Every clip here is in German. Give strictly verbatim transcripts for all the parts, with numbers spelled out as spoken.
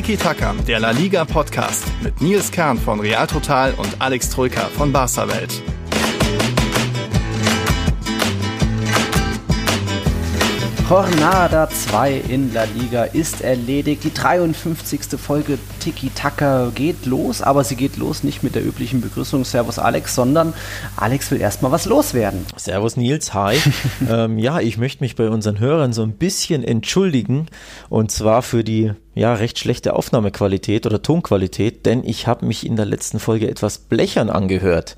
Tiki Taka, der La Liga Podcast mit Nils Kern von Real Total und Alex Troika von Barca Welt. Jornada zwei in La Liga ist erledigt. Die dreiundfünfzigste Folge Tiki Taka geht los, aber sie geht los nicht mit der üblichen Begrüßung Servus Alex, sondern Alex will erstmal was loswerden. Servus Nils, hi. ähm, ja, ich möchte mich bei unseren Hörern so ein bisschen entschuldigen, und zwar für die ja recht schlechte Aufnahmequalität oder Tonqualität, denn ich habe mich in der letzten Folge etwas blechern angehört.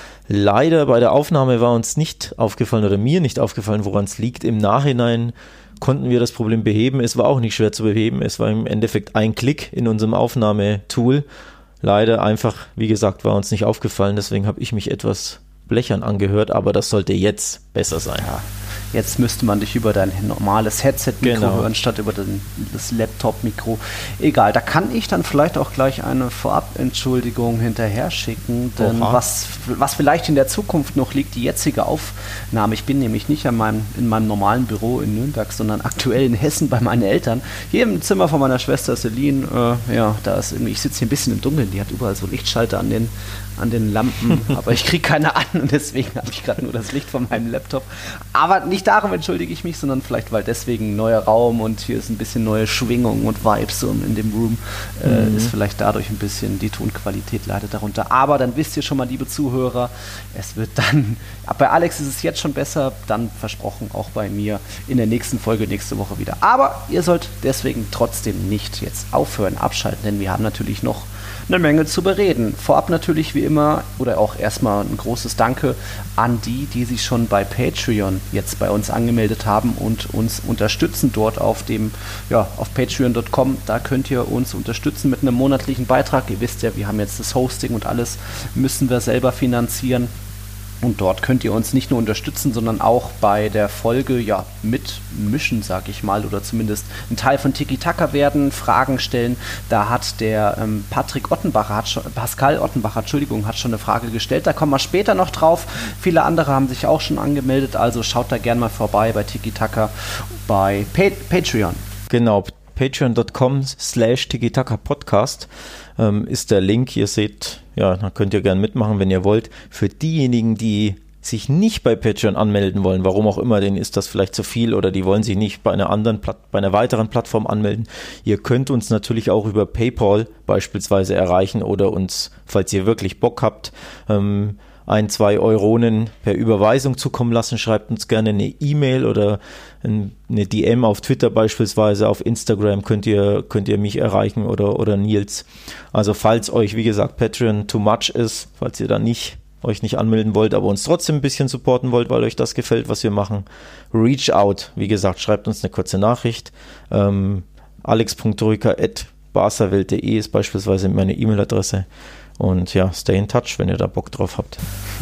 Leider bei der Aufnahme war uns nicht aufgefallen oder mir nicht aufgefallen, woran es liegt. Im Nachhinein konnten wir das Problem beheben. Es war auch nicht schwer zu beheben. Es war im Endeffekt ein Klick in unserem Aufnahmetool. Leider einfach, wie gesagt, war uns nicht aufgefallen. Deswegen habe ich mich etwas blechern angehört, aber das sollte jetzt besser sein. Ja. Jetzt müsste man dich über dein normales Headset-Mikro genau. hören, statt über den, das Laptop-Mikro. Egal, da kann ich dann vielleicht auch gleich eine Vorab-Entschuldigung hinterher schicken, denn was, was vielleicht in der Zukunft noch liegt, die jetzige Aufnahme. Ich bin nämlich nicht an meinem, in meinem normalen Büro in Nürnberg, sondern aktuell in Hessen bei meinen Eltern. Hier im Zimmer von meiner Schwester Celine, äh, ja, da ist irgendwie, ich sitze hier ein bisschen im Dunkeln, die hat überall so Lichtschalter an den, an den Lampen, aber ich kriege keine an und deswegen habe ich gerade nur das Licht von meinem Laptop. Aber nicht darum entschuldige ich mich, sondern vielleicht, weil deswegen neuer Raum und hier ist ein bisschen neue Schwingung und Vibes so in dem Room, äh, mhm. ist vielleicht dadurch ein bisschen, die Tonqualität leidet darunter. Aber dann wisst ihr schon mal, liebe Zuhörer, es wird dann, bei Alex ist es jetzt schon besser, dann versprochen auch bei mir in der nächsten Folge nächste Woche wieder. Aber ihr sollt deswegen trotzdem nicht jetzt aufhören, abschalten, denn wir haben natürlich noch eine Menge zu bereden. Vorab natürlich wie immer oder auch erstmal ein großes Danke an die, die sich schon bei Patreon jetzt bei uns angemeldet haben und uns unterstützen dort auf dem, ja, auf patreon punkt com. Da könnt ihr uns unterstützen mit einem monatlichen Beitrag. Ihr wisst ja, wir haben jetzt das Hosting und alles müssen wir selber finanzieren. Und dort könnt ihr uns nicht nur unterstützen, sondern auch bei der Folge ja mitmischen, sag ich mal, oder zumindest ein Teil von Tiki Taka werden, Fragen stellen. Da hat der ähm, Patrick Ottenbacher, hat schon, Pascal Ottenbacher, Entschuldigung, hat schon eine Frage gestellt. Da kommen wir später noch drauf. Viele andere haben sich auch schon angemeldet, also schaut da gerne mal vorbei bei Tiki Taka bei pa- Patreon. Genau, patreon punkt com slash Tiki Taka Podcast ähm, ist der Link. Ihr seht, ja, da könnt ihr gerne mitmachen, wenn ihr wollt. Für diejenigen, die sich nicht bei Patreon anmelden wollen, warum auch immer, denen ist das vielleicht zu viel oder die wollen sich nicht bei einer anderen, Platt- bei einer weiteren Plattform anmelden. Ihr könnt uns natürlich auch über PayPal beispielsweise erreichen oder uns, falls ihr wirklich Bock habt, ähm, ein, zwei Euronen per Überweisung zukommen lassen. Schreibt uns gerne eine E-Mail oder eine D M auf Twitter beispielsweise, auf Instagram könnt ihr, könnt ihr mich erreichen oder, oder Nils. Also falls euch, wie gesagt, Patreon too much ist, falls ihr da nicht, euch nicht anmelden wollt, aber uns trotzdem ein bisschen supporten wollt, weil euch das gefällt, was wir machen, reach out. Wie gesagt, schreibt uns eine kurze Nachricht. Ähm, alex punkt troika at barcawelt punkt de ist beispielsweise meine E-Mail-Adresse. Und ja, stay in touch, wenn ihr da Bock drauf habt.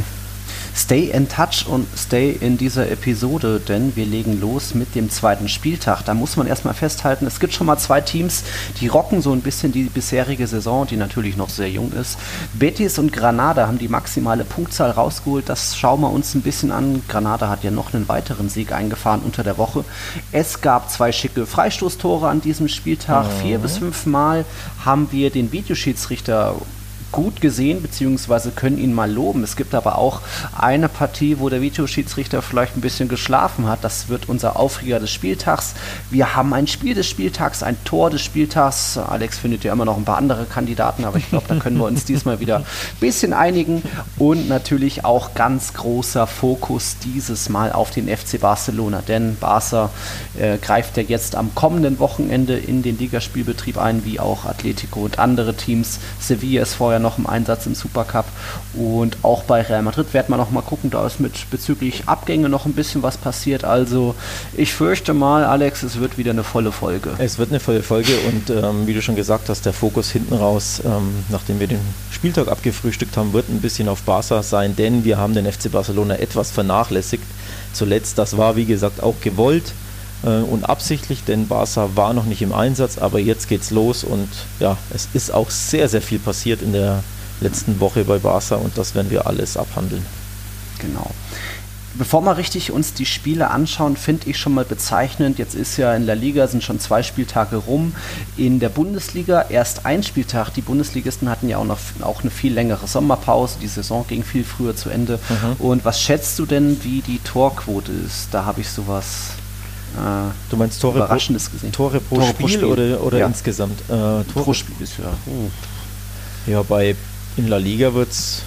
Stay in touch und stay in dieser Episode, denn wir legen los mit dem zweiten Spieltag. Da muss man erstmal festhalten, es gibt schon mal zwei Teams, die rocken so ein bisschen die bisherige Saison, die natürlich noch sehr jung ist. Betis und Granada haben die maximale Punktzahl rausgeholt, das schauen wir uns ein bisschen an. Granada hat ja noch einen weiteren Sieg eingefahren unter der Woche. Es gab zwei schicke Freistoßtore an diesem Spieltag. Mhm. Vier bis fünf Mal haben wir den Videoschiedsrichter gut gesehen, beziehungsweise können ihn mal loben. Es gibt aber auch eine Partie, wo der Videoschiedsrichter vielleicht ein bisschen geschlafen hat. Das wird unser Aufreger des Spieltags. Wir haben ein Spiel des Spieltags, ein Tor des Spieltags. Alex findet ja immer noch ein paar andere Kandidaten, aber ich glaube, da können wir uns diesmal wieder ein bisschen einigen. Und natürlich auch ganz großer Fokus dieses Mal auf den F C Barcelona, denn Barca äh, greift ja jetzt am kommenden Wochenende in den Ligaspielbetrieb ein, wie auch Atletico und andere Teams. Sevilla ist vorher noch im Einsatz im Supercup und auch bei Real Madrid werden wir noch mal gucken, da ist mit bezüglich Abgänge noch ein bisschen was passiert, also ich fürchte mal, Alex, es wird wieder eine volle Folge. Es wird eine volle Folge und ähm, wie du schon gesagt hast, der Fokus hinten raus, ähm, nachdem wir den Spieltag abgefrühstückt haben, wird ein bisschen auf Barca sein, denn wir haben den F C Barcelona etwas vernachlässigt zuletzt, das war wie gesagt auch gewollt und absichtlich, denn Barca war noch nicht im Einsatz, aber jetzt geht's los und ja, es ist auch sehr, sehr viel passiert in der letzten Woche bei Barca und das werden wir alles abhandeln. Genau. Bevor wir richtig uns die Spiele anschauen, finde ich schon mal bezeichnend, jetzt ist ja in La Liga, sind schon zwei Spieltage rum, in der Bundesliga erst ein Spieltag. Die Bundesligisten hatten ja auch noch auch eine viel längere Sommerpause, die Saison ging viel früher zu Ende. Mhm. Und was schätzt du denn, wie die Torquote ist? Da habe ich sowas äh, du meinst Tore Überraschendes pro, gesehen. Tore pro Tore Spiel, pro Spiel oder, oder ja. insgesamt? Äh, Tore pro Spiel ist ja. Oh. Ja, bei in La Liga wird es,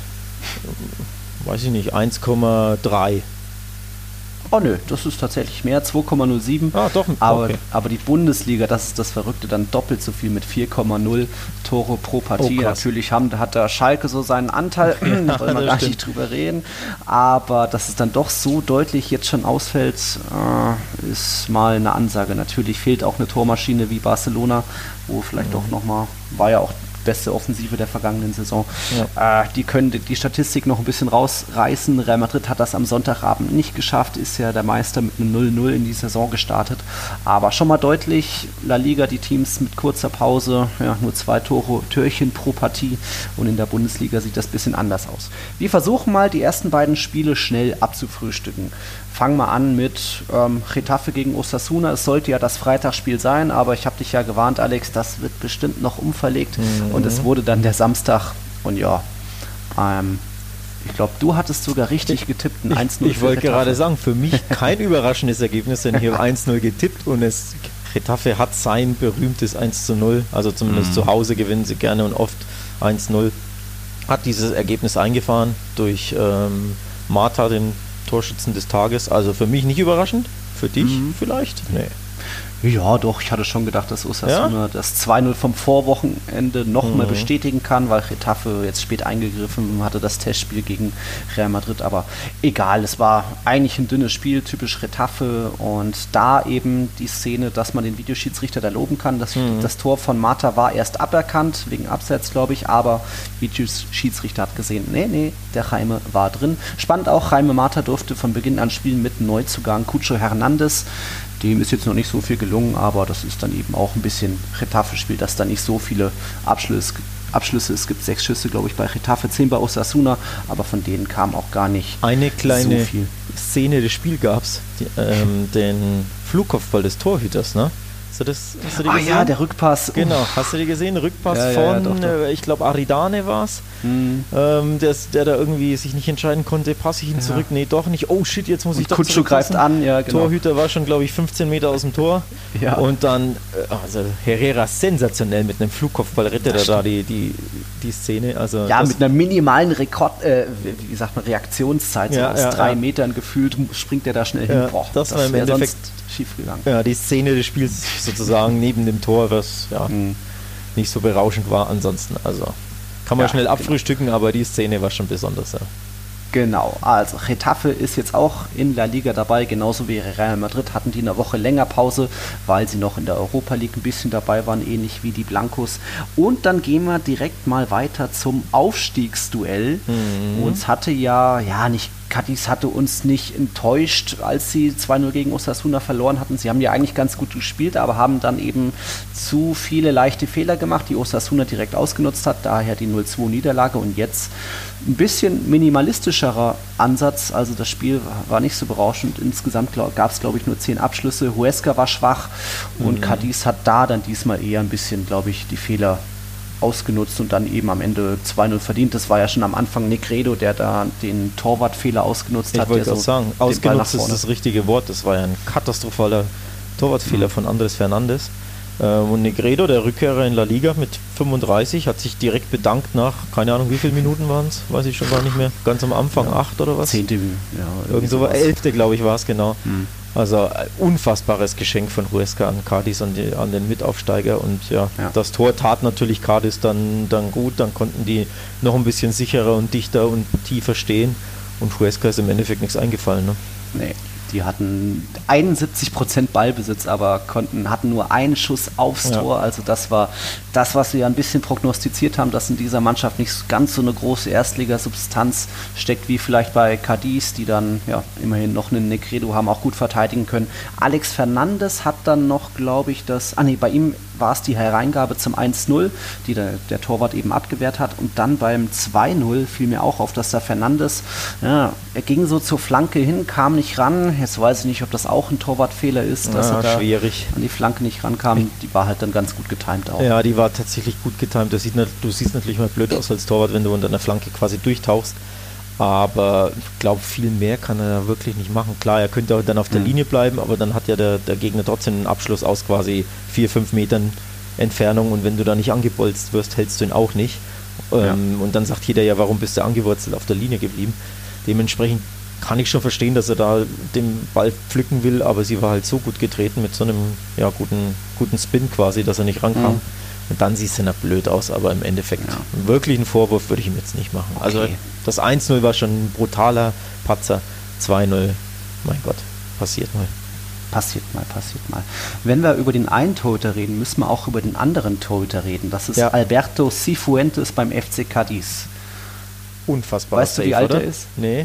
weiß ich nicht, eins Komma drei. Oh nö, das ist tatsächlich mehr, zwei Komma null sieben. Ah, doch. Aber, okay. aber die Bundesliga, das ist das Verrückte, dann doppelt so viel mit vier Komma null Tore pro Partie. Oh, natürlich haben, hat da Schalke so seinen Anteil, da wollen wir gar stimmt. nicht drüber reden. Aber dass es dann doch so deutlich jetzt schon ausfällt, äh, ist mal eine Ansage. Natürlich fehlt auch eine Tormaschine wie Barcelona, wo vielleicht mhm. doch nochmal, war ja auch beste Offensive der vergangenen Saison. Ja. Äh, die können die, die Statistik noch ein bisschen rausreißen. Real Madrid hat das am Sonntagabend nicht geschafft, ist ja der Meister mit einem null null in die Saison gestartet. Aber schon mal deutlich, La Liga, die Teams mit kurzer Pause, ja, nur zwei Tore, Türchen pro Partie, und in der Bundesliga sieht das ein bisschen anders aus. Wir versuchen mal, die ersten beiden Spiele schnell abzufrühstücken. Fangen wir an mit ähm, Getafe gegen Osasuna. Es sollte ja das Freitagsspiel sein, aber ich habe dich ja gewarnt, Alex, das wird bestimmt noch umverlegt. Mhm. Und es wurde dann der Samstag. Und ja, ähm, ich glaube, du hattest sogar richtig getippt. Ein eins null ich ich wollte gerade sagen, für mich kein überraschendes Ergebnis, denn ich habe eins null getippt und es Getafe hat sein berühmtes eins zu null. Also zumindest mhm. zu Hause gewinnen sie gerne und oft eins null. Hat dieses Ergebnis eingefahren durch ähm, Marta, den Torschützen des Tages. Also für mich nicht überraschend. Für dich mhm. vielleicht? Nee. Ja, doch, ich hatte schon gedacht, dass Osasuna ja? das zwei null vom Vorwochenende nochmal mhm. bestätigen kann, weil Getafe jetzt spät eingegriffen hatte, das Testspiel gegen Real Madrid, aber egal, es war eigentlich ein dünnes Spiel, typisch Getafe, und da eben die Szene, dass man den Videoschiedsrichter da loben kann. Das, mhm. das Tor von Marta war erst aberkannt, wegen Abseits, glaube ich, aber Videoschiedsrichter hat gesehen, nee, nee, der Jaime war drin. Spannend auch, Jaime Marta durfte von Beginn an spielen mit Neuzugang Cucho Hernandez. Dem ist jetzt noch nicht so viel gelungen, aber das ist dann eben auch ein bisschen Getafe-Spiel, dass da nicht so viele Abschlüsse, Abschlüsse, es gibt sechs Schüsse, glaube ich, bei Getafe, zehn bei Osasuna, aber von denen kam auch gar nicht Eine kleine so viel. Szene des Spiels gab es, ähm, den Flugkopfball des Torhüters, ne? Hast du das, hast du die ah gesehen? ja, der Rückpass. Genau, hast du die gesehen? Rückpass ja, von, ja, ja, doch, doch. Äh, ich glaube, Aridane war es, hm. ähm, der, der da irgendwie sich nicht entscheiden konnte, passe ich ihn ja. zurück? Nee, doch nicht. Oh shit, jetzt muss und ich doch Cucho greift an, ja, genau. Torhüter war schon, glaube ich, fünfzehn Meter aus dem Tor. Ja. Und dann, also Herrera sensationell mit einem Flugkopfball rettet er da die, die, die Szene. Also ja, mit einer minimalen Rekord, äh, wie sagt man, Reaktionszeit, ja, so aus ja, drei ja. Metern gefühlt, springt er da schnell hin. Ja, Boah, das, das war im Endeffekt schief gegangen. Ja, die Szene des Spiels sozusagen neben dem Tor, was ja mhm. nicht so berauschend war ansonsten. Also kann man ja, schnell genau. abfrühstücken, aber die Szene war schon besonders. Ja. Genau, also Getafe ist jetzt auch in La Liga dabei, genauso wie Real Madrid hatten die eine Woche länger Pause, weil sie noch in der Europa League ein bisschen dabei waren, ähnlich wie die Blancos. Und dann gehen wir direkt mal weiter zum Aufstiegsduell. Mhm. Uns hatte ja, ja nicht, Cadiz hatte uns nicht enttäuscht, als sie zwei null gegen Osasuna verloren hatten. Sie haben ja eigentlich ganz gut gespielt, aber haben dann eben zu viele leichte Fehler gemacht, die Osasuna direkt ausgenutzt hat, daher die null zwei Niederlage. Und jetzt ein bisschen minimalistischerer Ansatz, also das Spiel war nicht so berauschend. Insgesamt gab es, glaube ich, nur zehn Abschlüsse. Huesca war schwach und mhm. Cadiz hat da dann diesmal eher ein bisschen, glaube ich, die Fehler ausgenutzt und dann eben am Ende zwei null verdient. Das war ja schon am Anfang Negredo, der da den Torwartfehler ausgenutzt ich hat. Ich wollte so auch sagen, ausgenutzt ist das richtige Wort. Das war ja ein katastrophaler Torwartfehler mhm. von Andres Fernandes. Und Negredo, der Rückkehrer in La Liga mit fünfunddreißig, hat sich direkt bedankt nach, keine Ahnung, wie viele Minuten waren es, weiß ich schon gar nicht mehr, ganz am Anfang, ja. acht oder was? Zehnte, ja. Irgend so, elfte, glaube ich, war es genau. Mhm. Also ein unfassbares Geschenk von Huesca an Cadiz, an, die, an den Mitaufsteiger, und ja, ja, das Tor tat natürlich Cadiz dann, dann gut, dann konnten die noch ein bisschen sicherer und dichter und tiefer stehen, und Huesca ist im Endeffekt nichts eingefallen. Ne? Nee. Die hatten einundsiebzig Prozent Ballbesitz, aber konnten, hatten nur einen Schuss aufs ja. Tor. Also das war das, was wir ja ein bisschen prognostiziert haben, dass in dieser Mannschaft nicht ganz so eine große Erstligasubstanz steckt, wie vielleicht bei Cadiz, die dann ja immerhin noch einen Negredo haben, auch gut verteidigen können. Alex Fernandes hat dann noch, glaube ich, das... Ah nee, bei ihm war es die Hereingabe zum eins null, die der, der Torwart eben abgewehrt hat. Und dann beim zwei null fiel mir auch auf, dass der Fernandes, ja, er ging so zur Flanke hin, kam nicht ran. Jetzt weiß ich nicht, ob das auch ein Torwartfehler ist, dass ja, er da schwierig. an die Flanke nicht rankam. Die war halt dann ganz gut getimt auch. Ja, die war tatsächlich gut getimt. Du siehst, du siehst natürlich mal blöd aus als Torwart, wenn du unter einer Flanke quasi durchtauchst. Aber ich glaube, viel mehr kann er wirklich nicht machen. Klar, er könnte auch dann auf der mhm. Linie bleiben, aber dann hat ja der, der Gegner trotzdem einen Abschluss aus quasi vier, fünf Metern Entfernung und wenn du da nicht angebolzt wirst, hältst du ihn auch nicht. Ja. Ähm, und dann sagt jeder ja, warum bist du angewurzelt auf der Linie geblieben? Dementsprechend kann ich schon verstehen, dass er da den Ball pflücken will, aber sie war halt so gut getreten mit so einem ja, guten, guten Spin quasi, dass er nicht rankam. Mhm. Und dann siehst du ja blöd aus, aber im Endeffekt ja. einen wirklichen Vorwurf würde ich ihm jetzt nicht machen. Okay. Also das eins null war schon ein brutaler Patzer, zwei null, mein Gott, passiert mal. Passiert mal, passiert mal. Wenn wir über den einen Torhüter reden, müssen wir auch über den anderen Torhüter reden. Das ist ja. Alberto Cifuentes beim F C Cadiz. Unfassbar. Weißt du, wie alt er ist? Nee.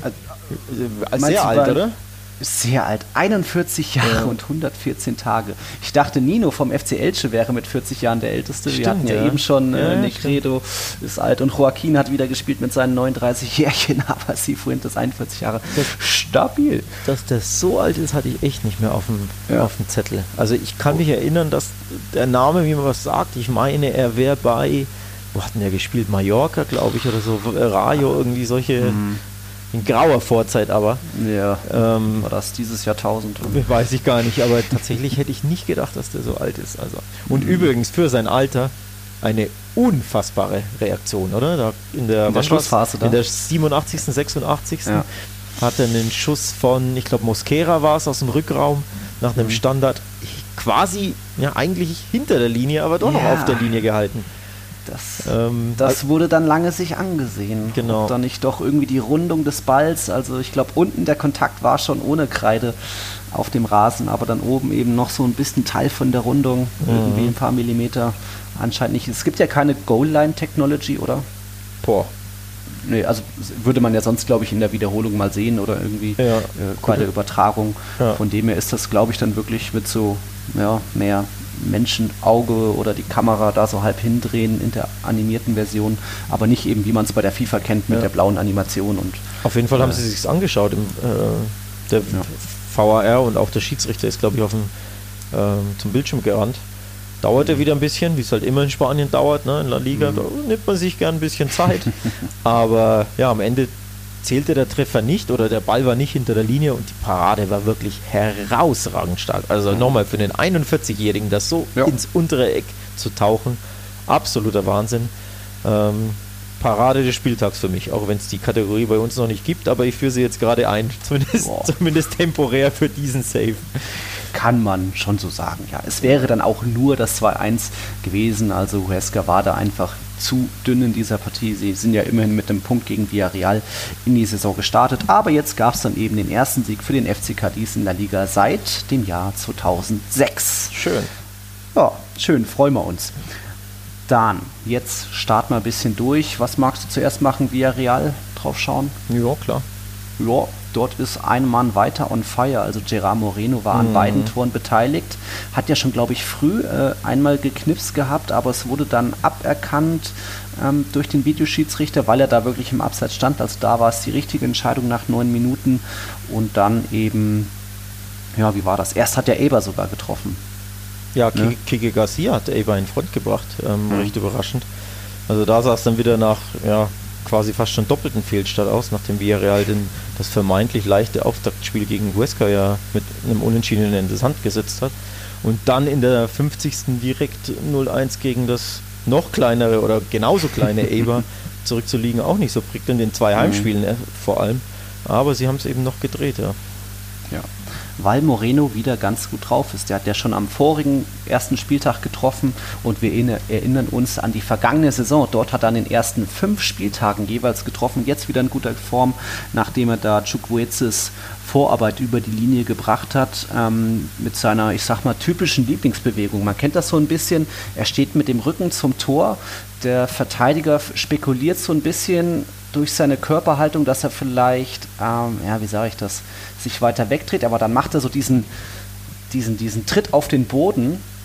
Also, sehr alt, oder? Sehr alt, einundvierzig Jahre ja. und hundertvierzehn Tage. Ich dachte, Nino vom F C Elche wäre mit vierzig Jahren der Älteste. Stimmt, wir hatten ja, ja eben schon, äh, ja, Negredo stimmt. ist alt und Joaquin hat wieder gespielt mit seinen neununddreißig Jährchen, aber Cifuentes einundvierzig Jahre. Das, stabil. Dass der so alt ist, hatte ich echt nicht mehr auf dem, ja. auf dem Zettel. Also ich kann mich erinnern, dass der Name, wie man was sagt, ich meine, er wäre bei, wo hat denn der gespielt? Mallorca, glaube ich, oder so, Rayo, irgendwie solche... Mhm. In grauer Vorzeit aber. Ja, ähm, war das dieses Jahrtausend? Weiß ich gar nicht, aber tatsächlich hätte ich nicht gedacht, dass der so alt ist. Also. Und mhm. übrigens für sein Alter eine unfassbare Reaktion, oder? Da in der, in der Schlussphase. Da? In der siebenundachtzigsten, sechsundachtzigsten Ja. hat er einen Schuss von, ich glaube Mosquera war es, aus dem Rückraum, nach einem mhm. Standard, quasi, ja eigentlich hinter der Linie, aber doch ja. noch auf der Linie gehalten. Das, ähm, das wurde dann lange sich angesehen. Genau. Ob da nicht doch irgendwie die Rundung des Balls, also ich glaube unten der Kontakt war schon ohne Kreide auf dem Rasen, aber dann oben eben noch so ein bisschen Teil von der Rundung, mhm. irgendwie ein paar Millimeter anscheinend nicht. Es gibt ja keine Goal-Line-Technology, oder? Boah. Nee, also würde man ja sonst, glaube ich, in der Wiederholung mal sehen oder irgendwie ja. äh, bei der Übertragung. Ja. Von dem her ist das, glaube ich, dann wirklich mit so ja, mehr Menschenauge oder die Kamera da so halb hindrehen in der animierten Version, aber nicht eben, wie man es bei der FIFA kennt, mit ja. der blauen Animation. Und auf jeden Fall äh, haben sie es sich angeschaut. Im, äh, der ja. V A R und auch der Schiedsrichter ist, glaube ich, auf dem, äh, zum Bildschirm gerannt. Dauert er wieder ein bisschen, wie es halt immer in Spanien dauert, ne? In La Liga, mhm. da nimmt man sich gern ein bisschen Zeit. Aber ja, am Ende zählte der Treffer nicht oder der Ball war nicht hinter der Linie und die Parade war wirklich herausragend stark. Also mhm. nochmal für den einundvierzigjährigen, das so ja. ins untere Eck zu tauchen, absoluter Wahnsinn. Ähm, Parade des Spieltags für mich, auch wenn es die Kategorie bei uns noch nicht gibt, aber ich führe sie jetzt gerade ein, zumindest, zumindest temporär für diesen Save. Kann man schon so sagen, ja. Es wäre dann auch nur das zwei eins gewesen, also Huesca war da einfach zu dünn in dieser Partie. Sie sind ja immerhin mit einem Punkt gegen Villarreal in die Saison gestartet, aber jetzt gab es dann eben den ersten Sieg für den F C Cadiz in La Liga seit dem Jahr zweitausendsechs. Schön. Ja, schön, freuen wir uns. Dann, jetzt starten wir ein bisschen durch. Was magst du zuerst machen, Villarreal drauf schauen? Ja, klar. Ja, dort ist ein Mann weiter on fire, also Gerard Moreno war an mhm. beiden Toren beteiligt, hat ja schon, glaube ich, früh äh, einmal geknipst gehabt, aber es wurde dann aberkannt ähm, durch den Videoschiedsrichter, weil er da wirklich im Abseits stand, also da war es die richtige Entscheidung nach neun Minuten und dann eben, ja, wie war das? Erst hat der Eber sogar getroffen. Ja, ne? Kike Garcia hat Eber in Front gebracht, ähm, mhm. recht überraschend. Also da sah es dann wieder nach, ja, quasi fast schon doppelten Fehlstart aus, nachdem Villarreal den, das vermeintlich leichte Auftaktspiel gegen Huesca ja mit einem Unentschieden in das Hand gesetzt hat. Und dann in der fünfzigsten direkt null eins gegen das noch kleinere oder genauso kleine Eber zurückzuliegen, auch nicht so prickelnd, in zwei Heimspielen mhm. vor allem. Aber sie haben es eben noch gedreht, ja. Ja. Weil Moreno wieder ganz gut drauf ist. Der hat ja schon am vorigen ersten Spieltag getroffen und wir erinnern uns an die vergangene Saison. Dort hat er an den ersten fünf Spieltagen jeweils getroffen. Jetzt wieder in guter Form, nachdem er da Chukwuezes Vorarbeit über die Linie gebracht hat, ähm, mit seiner, ich sag mal, typischen Lieblingsbewegung. Man kennt das so ein bisschen. Er steht mit dem Rücken zum Tor. Der Verteidiger spekuliert so ein bisschen durch seine Körperhaltung, dass er vielleicht, ähm, ja, wie sage ich das, sich weiter wegdreht, aber dann macht er so diesen, diesen, diesen Tritt auf den Boden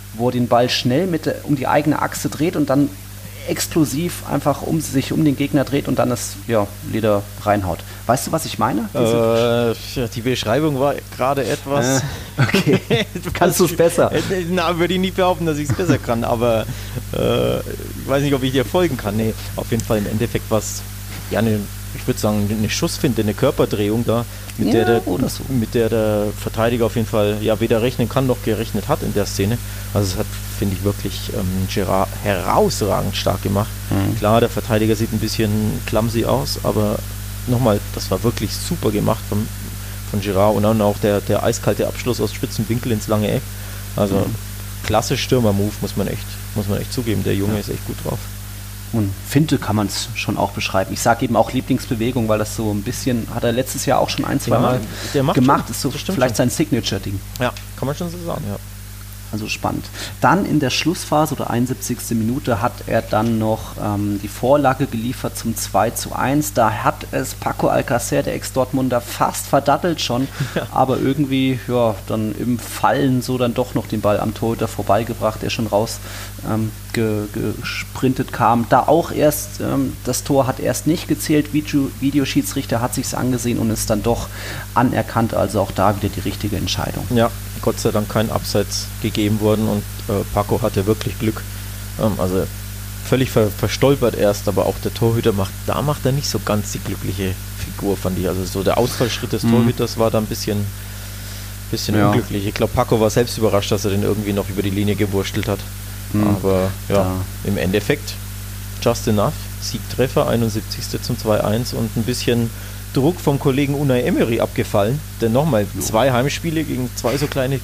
wo er den Ball schnell mit der, um die eigene Achse dreht und dann explosiv einfach um sich um den Gegner dreht und dann das ja, Leder reinhaut. Weißt du, was ich meine? Äh, ja, die Beschreibung war gerade etwas... Äh, okay, kannst du es besser? Na, würde ich nie behaupten, dass ich es besser kann, aber äh, ich weiß nicht, ob ich dir folgen kann. Nee, auf jeden Fall im Endeffekt was, ja, eine, ich würde sagen, eine Schussfinte, eine Körperdrehung da, mit, ja, der der, oder so. mit der der Verteidiger auf jeden Fall ja weder rechnen kann noch gerechnet hat in der Szene. Also es hat, finde ich, wirklich ähm, Gerard herausragend stark gemacht. Mhm. Klar, der Verteidiger sieht ein bisschen clumsy aus, aber nochmal, das war wirklich super gemacht von, von Gerard und dann auch der, der eiskalte Abschluss aus spitzen Winkel ins lange Eck. Also mhm. klasse Stürmer-Move, muss man echt, muss man echt zugeben. Der Junge ja. ist echt gut drauf. Und Finte kann man es schon auch beschreiben. Ich sage eben auch Lieblingsbewegung, weil das so ein bisschen, hat er letztes Jahr auch schon ein, zwei Mal gemacht, schon, ist so vielleicht schon sein Signature-Ding. Ja, kann man schon so sagen, ja. Also spannend. Dann in der Schlussphase oder einundsiebzigste Minute hat er dann noch ähm, die Vorlage geliefert zum zwei zu eins. Da hat es Paco Alcácer, der Ex-Dortmunder, fast verdattelt schon, ja. aber irgendwie ja, dann im Fallen so dann doch noch den Ball am Torhüter vorbeigebracht, der schon raus ähm, ge, gesprintet kam. Da auch erst, ähm, das Tor hat erst nicht gezählt, Video, Videoschiedsrichter hat sich's angesehen und ist dann doch anerkannt, also auch da wieder die richtige Entscheidung. Ja. Gott sei Dank kein Abseits gegeben worden und äh, Paco hatte wirklich Glück. Ähm, also völlig ver verstolpert erst, aber auch der Torhüter macht, da macht er nicht so ganz die glückliche Figur, fand ich. Also so der Ausfallschritt des mhm. Torhüters war da ein bisschen, bisschen ja. unglücklich. Ich glaube, Paco war selbst überrascht, dass er den irgendwie noch über die Linie gewurstelt hat. Mhm. Aber ja, da. im Endeffekt just enough. Siegtreffer, einundsiebzigste zum zwei eins und ein bisschen Druck vom Kollegen Unai Emery abgefallen, denn nochmal zwei Heimspiele gegen zwei so kleine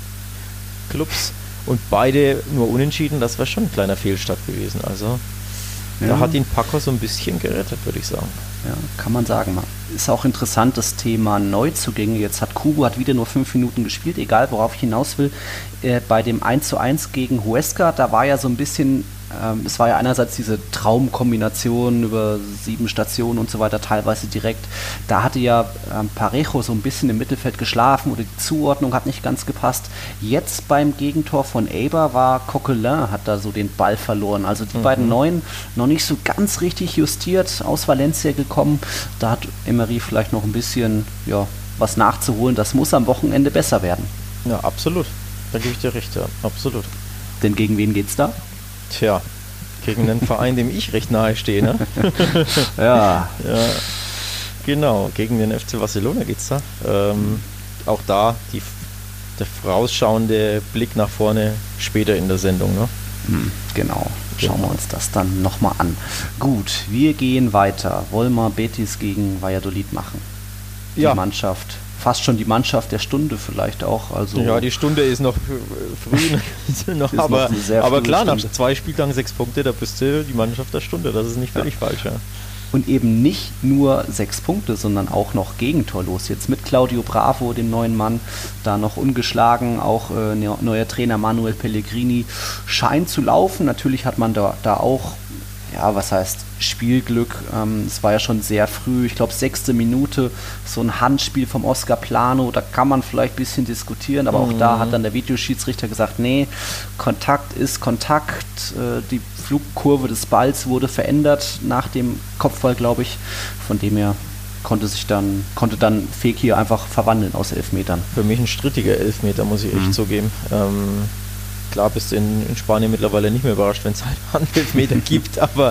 Clubs und beide nur unentschieden, das war schon ein kleiner Fehlstart gewesen, also ja. da hat ihn Paco so ein bisschen gerettet, würde ich sagen. Ja, kann man sagen. Ist auch interessant, das Thema Neuzugänge. Jetzt hat Kubo hat wieder nur fünf Minuten gespielt, egal worauf ich hinaus will. Äh, bei dem eins zu eins gegen Huesca, da war ja so ein bisschen, ähm, es war ja einerseits diese Traumkombination über sieben Stationen und so weiter, teilweise direkt. Da hatte ja ähm, Parejo so ein bisschen im Mittelfeld geschlafen oder die Zuordnung hat nicht ganz gepasst. Jetzt beim Gegentor von Eibar war Coquelin, hat da so den Ball verloren. Also die mhm. beiden Neuen noch nicht so ganz richtig justiert, aus Valencia gekommen. Da hat Emery vielleicht noch ein bisschen ja, was nachzuholen. Das muss am Wochenende besser werden. Ja, absolut. Da gebe ich dir recht, ja, absolut. Denn gegen wen geht's da? Tja, gegen einen Verein, dem ich recht nahe stehe, ne? ja. ja. Genau, gegen den F C Barcelona geht's da. Ähm, auch da die, der vorausschauende Blick nach vorne später in der Sendung, ne? Hm, genau. Schauen wir uns das dann nochmal an. Gut, wir gehen weiter. Wollen wir Betis gegen Valladolid machen? Die ja. Mannschaft, fast schon die Mannschaft der Stunde vielleicht auch. Also ja, die Stunde ist noch früh, noch, ist aber, noch aber klar, Stunde. Nach zwei Spieltagen sechs Punkte, da bist du die Mannschaft der Stunde. Das ist nicht völlig ja. falsch. Ja. Und eben nicht nur sechs Punkte, sondern auch noch gegentorlos. Jetzt mit Claudio Bravo, dem neuen Mann, da noch ungeschlagen. Auch äh, neuer Trainer Manuel Pellegrini scheint zu laufen. Natürlich hat man da, da auch, ja, was heißt Spielglück. Ähm, es war ja schon sehr früh, ich glaube sechste Minute, so ein Handspiel vom Oscar Plano. Da kann man vielleicht ein bisschen diskutieren, aber mhm. auch da hat dann der Videoschiedsrichter gesagt, nee, Kontakt ist Kontakt. Äh, die Flugkurve des Balls wurde verändert nach dem Kopfball, glaube ich. Von dem her konnte sich dann, konnte dann Fekir einfach verwandeln aus Elfmetern. Für mich ein strittiger Elfmeter, muss ich echt mhm. zugeben. Ähm, klar bist du in, in Spanien mittlerweile nicht mehr überrascht, wenn es halt Handelfmeter gibt, aber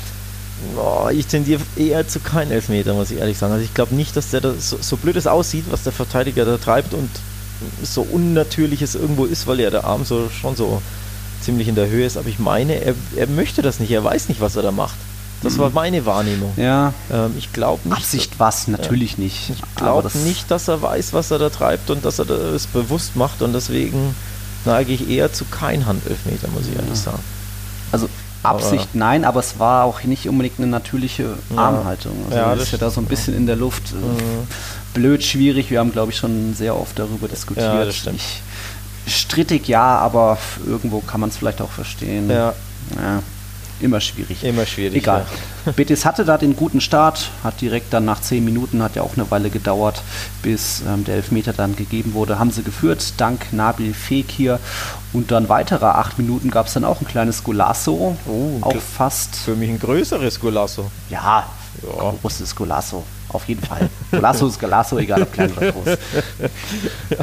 oh, ich tendiere eher zu keinem Elfmeter, muss ich ehrlich sagen. Also ich glaube nicht, dass der da so, so blöd es aussieht, was der Verteidiger da treibt und so unnatürlich es irgendwo ist, weil ja der Arm so schon so ziemlich in der Höhe ist, aber ich meine, er, er möchte das nicht, er weiß nicht, was er da macht. Das mhm. war meine Wahrnehmung. Ja. Ähm, ich glaube nicht. Absicht was, natürlich ja. nicht. Ich glaube nicht, dass er weiß, was er da treibt und dass er das bewusst macht und deswegen neige ich eher zu kein Handelfmeter, muss ich ja. ehrlich sagen. Also Absicht aber nein, aber es war auch nicht unbedingt eine natürliche ja. Armhaltung. Also ja, das ist ja da so ein bisschen in der Luft. Mhm. Blöd, schwierig, wir haben glaube ich schon sehr oft darüber diskutiert. Ja, das stimmt. Ich, Strittig ja, aber irgendwo kann man es vielleicht auch verstehen. Ja. ja. immer schwierig. Immer schwierig, egal. Ja. Betis hatte da den guten Start, hat direkt dann nach zehn Minuten, hat ja auch eine Weile gedauert, bis ähm, der Elfmeter dann gegeben wurde, haben sie geführt, dank Nabil Fekir. Und dann weitere acht Minuten gab es dann auch ein kleines Golasso, oh, auch fast... Für mich ein größeres Golasso. Ja, ja. großes Golasso, auf jeden Fall. Golasso ist Golasso, egal ob klein oder groß. Ja.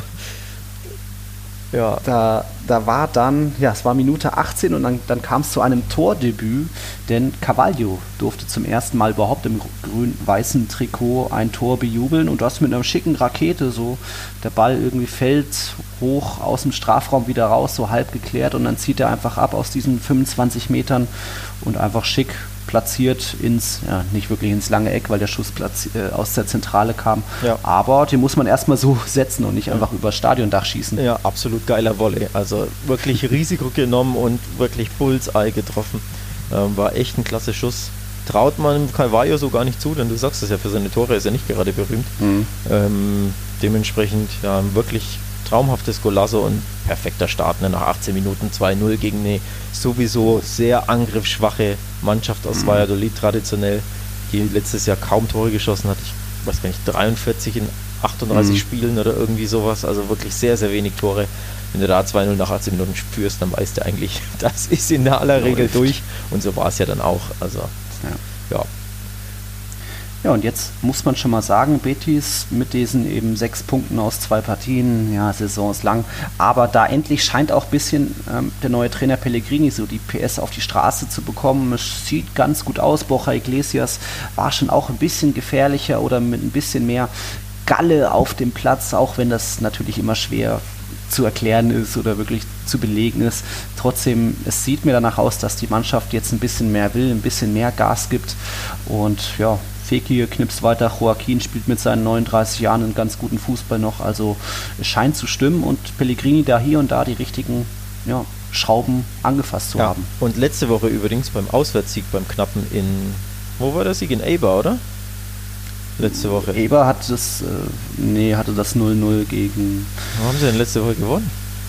Ja. Da, da war dann, ja, es war Minute achtzehn und dann, dann kam es zu einem Tordebüt, denn Carvalho durfte zum ersten Mal überhaupt im grün-weißen Trikot ein Tor bejubeln und das mit einer schicken Rakete, so der Ball irgendwie fällt hoch aus dem Strafraum wieder raus, so halb geklärt und dann zieht er einfach ab aus diesen fünfundzwanzig Metern und einfach schick platziert ins, ja, nicht wirklich ins lange Eck, weil der Schuss platzi- äh, aus der Zentrale kam. Ja. Aber den muss man erstmal so setzen und nicht ja. einfach über Stadiondach schießen. Ja, absolut geiler Volley. Also wirklich Risiko genommen und wirklich Bullseye getroffen. Ähm, war echt ein klasse Schuss. Traut man Carvalho so gar nicht zu, denn du sagst es ja, für seine Tore ist er nicht gerade berühmt. Mhm. Ähm, dementsprechend ja wirklich traumhaftes Golasso und perfekter Start, ne? Nach achtzehn Minuten zwei null gegen eine sowieso sehr angriffsschwache Mannschaft aus Valladolid traditionell, die letztes Jahr kaum Tore geschossen hat. Ich weiß gar nicht, dreiundvierzig in achtunddreißig mhm. Spielen oder irgendwie sowas, also wirklich sehr, sehr wenig Tore. Wenn du da zwei null nach achtzehn Minuten führst, dann weißt du eigentlich, das ist in aller Regel durch und so war es ja dann auch. Also ja. ja. Ja, und jetzt muss man schon mal sagen, Betis mit diesen eben sechs Punkten aus zwei Partien, ja, Saison ist lang, aber da endlich scheint auch ein bisschen ähm, der neue Trainer Pellegrini so die P S auf die Straße zu bekommen. Es sieht ganz gut aus, Borja Iglesias war schon auch ein bisschen gefährlicher oder mit ein bisschen mehr Galle auf dem Platz, auch wenn das natürlich immer schwer zu erklären ist oder wirklich zu belegen ist. Trotzdem, es sieht mir danach aus, dass die Mannschaft jetzt ein bisschen mehr will, ein bisschen mehr Gas gibt und ja, Fekir knipst weiter, Joaquin spielt mit seinen neununddreißig Jahren einen ganz guten Fußball noch, also es scheint zu stimmen und Pellegrini da hier und da die richtigen ja, Schrauben angefasst zu ja. haben. Und letzte Woche übrigens beim Auswärtssieg, beim Knappen in, wo war der Sieg? In Eibar, oder? Letzte Woche. Eibar hat das, äh, nee, hatte das null null gegen... Wo haben sie denn letzte Woche gewonnen?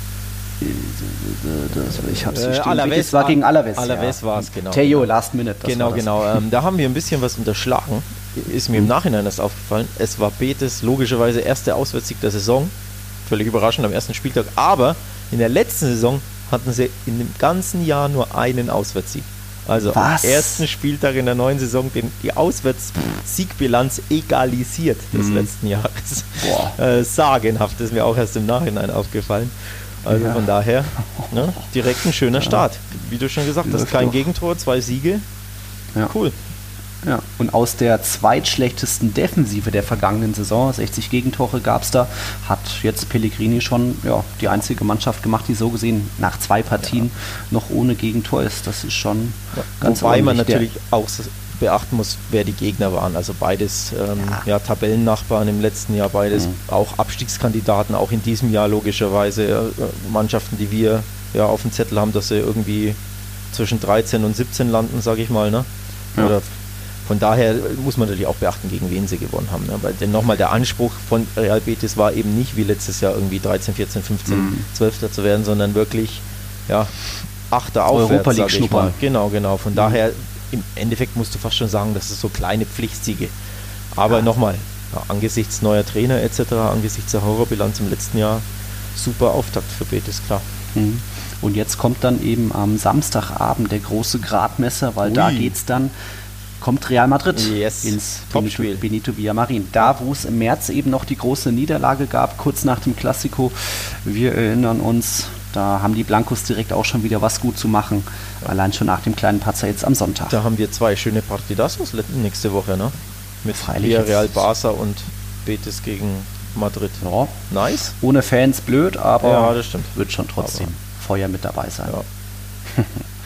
Das, ich hab's äh, Alaves es war gegen Alaves. Alaves ja. war es, genau. Theo, genau. Last Minute. Das genau, genau. Ähm, da haben wir ein bisschen was unterschlagen. Ist mir im Nachhinein erst aufgefallen. Es war Betis logischerweise erster Auswärtssieg der Saison. Völlig überraschend am ersten Spieltag. Aber in der letzten Saison hatten sie in dem ganzen Jahr nur einen Auswärtssieg. Also was? am ersten Spieltag in der neuen Saison den, die Auswärtssiegbilanz egalisiert des mhm. letzten Jahres. Boah. Äh, sagenhaft, ist mir auch erst im Nachhinein aufgefallen. Also ja. von daher, ne, direkt ein schöner ja. Start. Wie du schon gesagt hast, kein doch. Gegentor, zwei Siege. Ja. Cool. Ja. Und aus der zweitschlechtesten Defensive der vergangenen Saison, sechzig Gegentore gab es da, hat jetzt Pellegrini schon ja, die einzige Mannschaft gemacht, die so gesehen nach zwei Partien ja. noch ohne Gegentor ist. Das ist schon ja. ganz Wobei man natürlich auch beachten muss, wer die Gegner waren. Also beides ähm, ja. ja, Tabellennachbarn im letzten Jahr, beides mhm. auch Abstiegskandidaten, auch in diesem Jahr logischerweise. Äh, Mannschaften, die wir ja auf dem Zettel haben, dass sie irgendwie zwischen dreizehn und siebzehn landen, sage ich mal. Ne? Ja. Oder von daher muss man natürlich auch beachten, gegen wen sie gewonnen haben. Ne? Weil denn nochmal der Anspruch von Real Betis war eben nicht wie letztes Jahr irgendwie dreizehn, vierzehn, fünfzehn, mhm. zwölfter zu werden, sondern wirklich ja, Achter aufwärts, Europa League schnuppern. Genau, genau. Von mhm. daher im Endeffekt musst du fast schon sagen, das ist so kleine Pflichtsiege. Aber ja. nochmal, ja, angesichts neuer Trainer et cetera, angesichts der Horrorbilanz im letzten Jahr, super Auftakt für Betis, klar. Mhm. Und jetzt kommt dann eben am Samstagabend der große Gradmesser, weil Ui. da geht's dann, kommt Real Madrid yes. ins Benito, Benito Villamarin. Da, wo es im März eben noch die große Niederlage gab, kurz nach dem Clasico. Wir erinnern uns, da haben die Blancos direkt auch schon wieder was gut zu machen. Ja. Allein schon nach dem kleinen Patzer jetzt am Sonntag. Da haben wir zwei schöne Partidazos nächste Woche, ne? Mit Real Barca und Betis gegen Madrid. Ja. Nice. Ohne Fans blöd, aber ja, das stimmt. wird schon trotzdem aber Feuer mit dabei sein. Ja.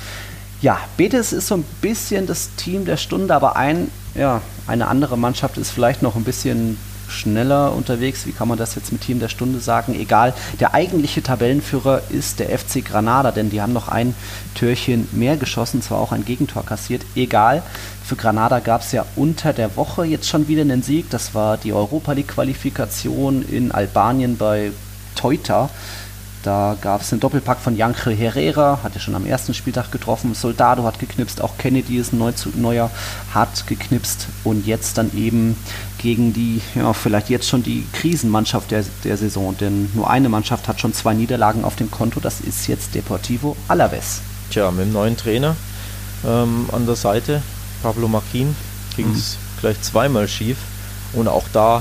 Ja, Betis ist so ein bisschen das Team der Stunde, aber ein, ja, eine andere Mannschaft ist vielleicht noch ein bisschen schneller unterwegs. Wie kann man das jetzt mit Team der Stunde sagen? Egal, der eigentliche Tabellenführer ist der F C Granada, denn die haben noch ein Türchen mehr geschossen, zwar auch ein Gegentor kassiert. Egal, für Granada gab es ja unter der Woche jetzt schon wieder einen Sieg. Das war die Europa League Qualifikation in Albanien bei Teuta. Da gab es den Doppelpack von Yankre Herrera, hat ja schon am ersten Spieltag getroffen. Soldado hat geknipst, auch Kennedy ist ein Neuzug, neuer, hat geknipst. Und jetzt dann eben gegen die, ja, vielleicht jetzt schon die Krisenmannschaft der, der Saison. Denn nur eine Mannschaft hat schon zwei Niederlagen auf dem Konto, das ist jetzt Deportivo Alavés. Tja, mit dem neuen Trainer ähm, an der Seite, Pablo Marquín, ging es mhm. gleich zweimal schief. Und auch da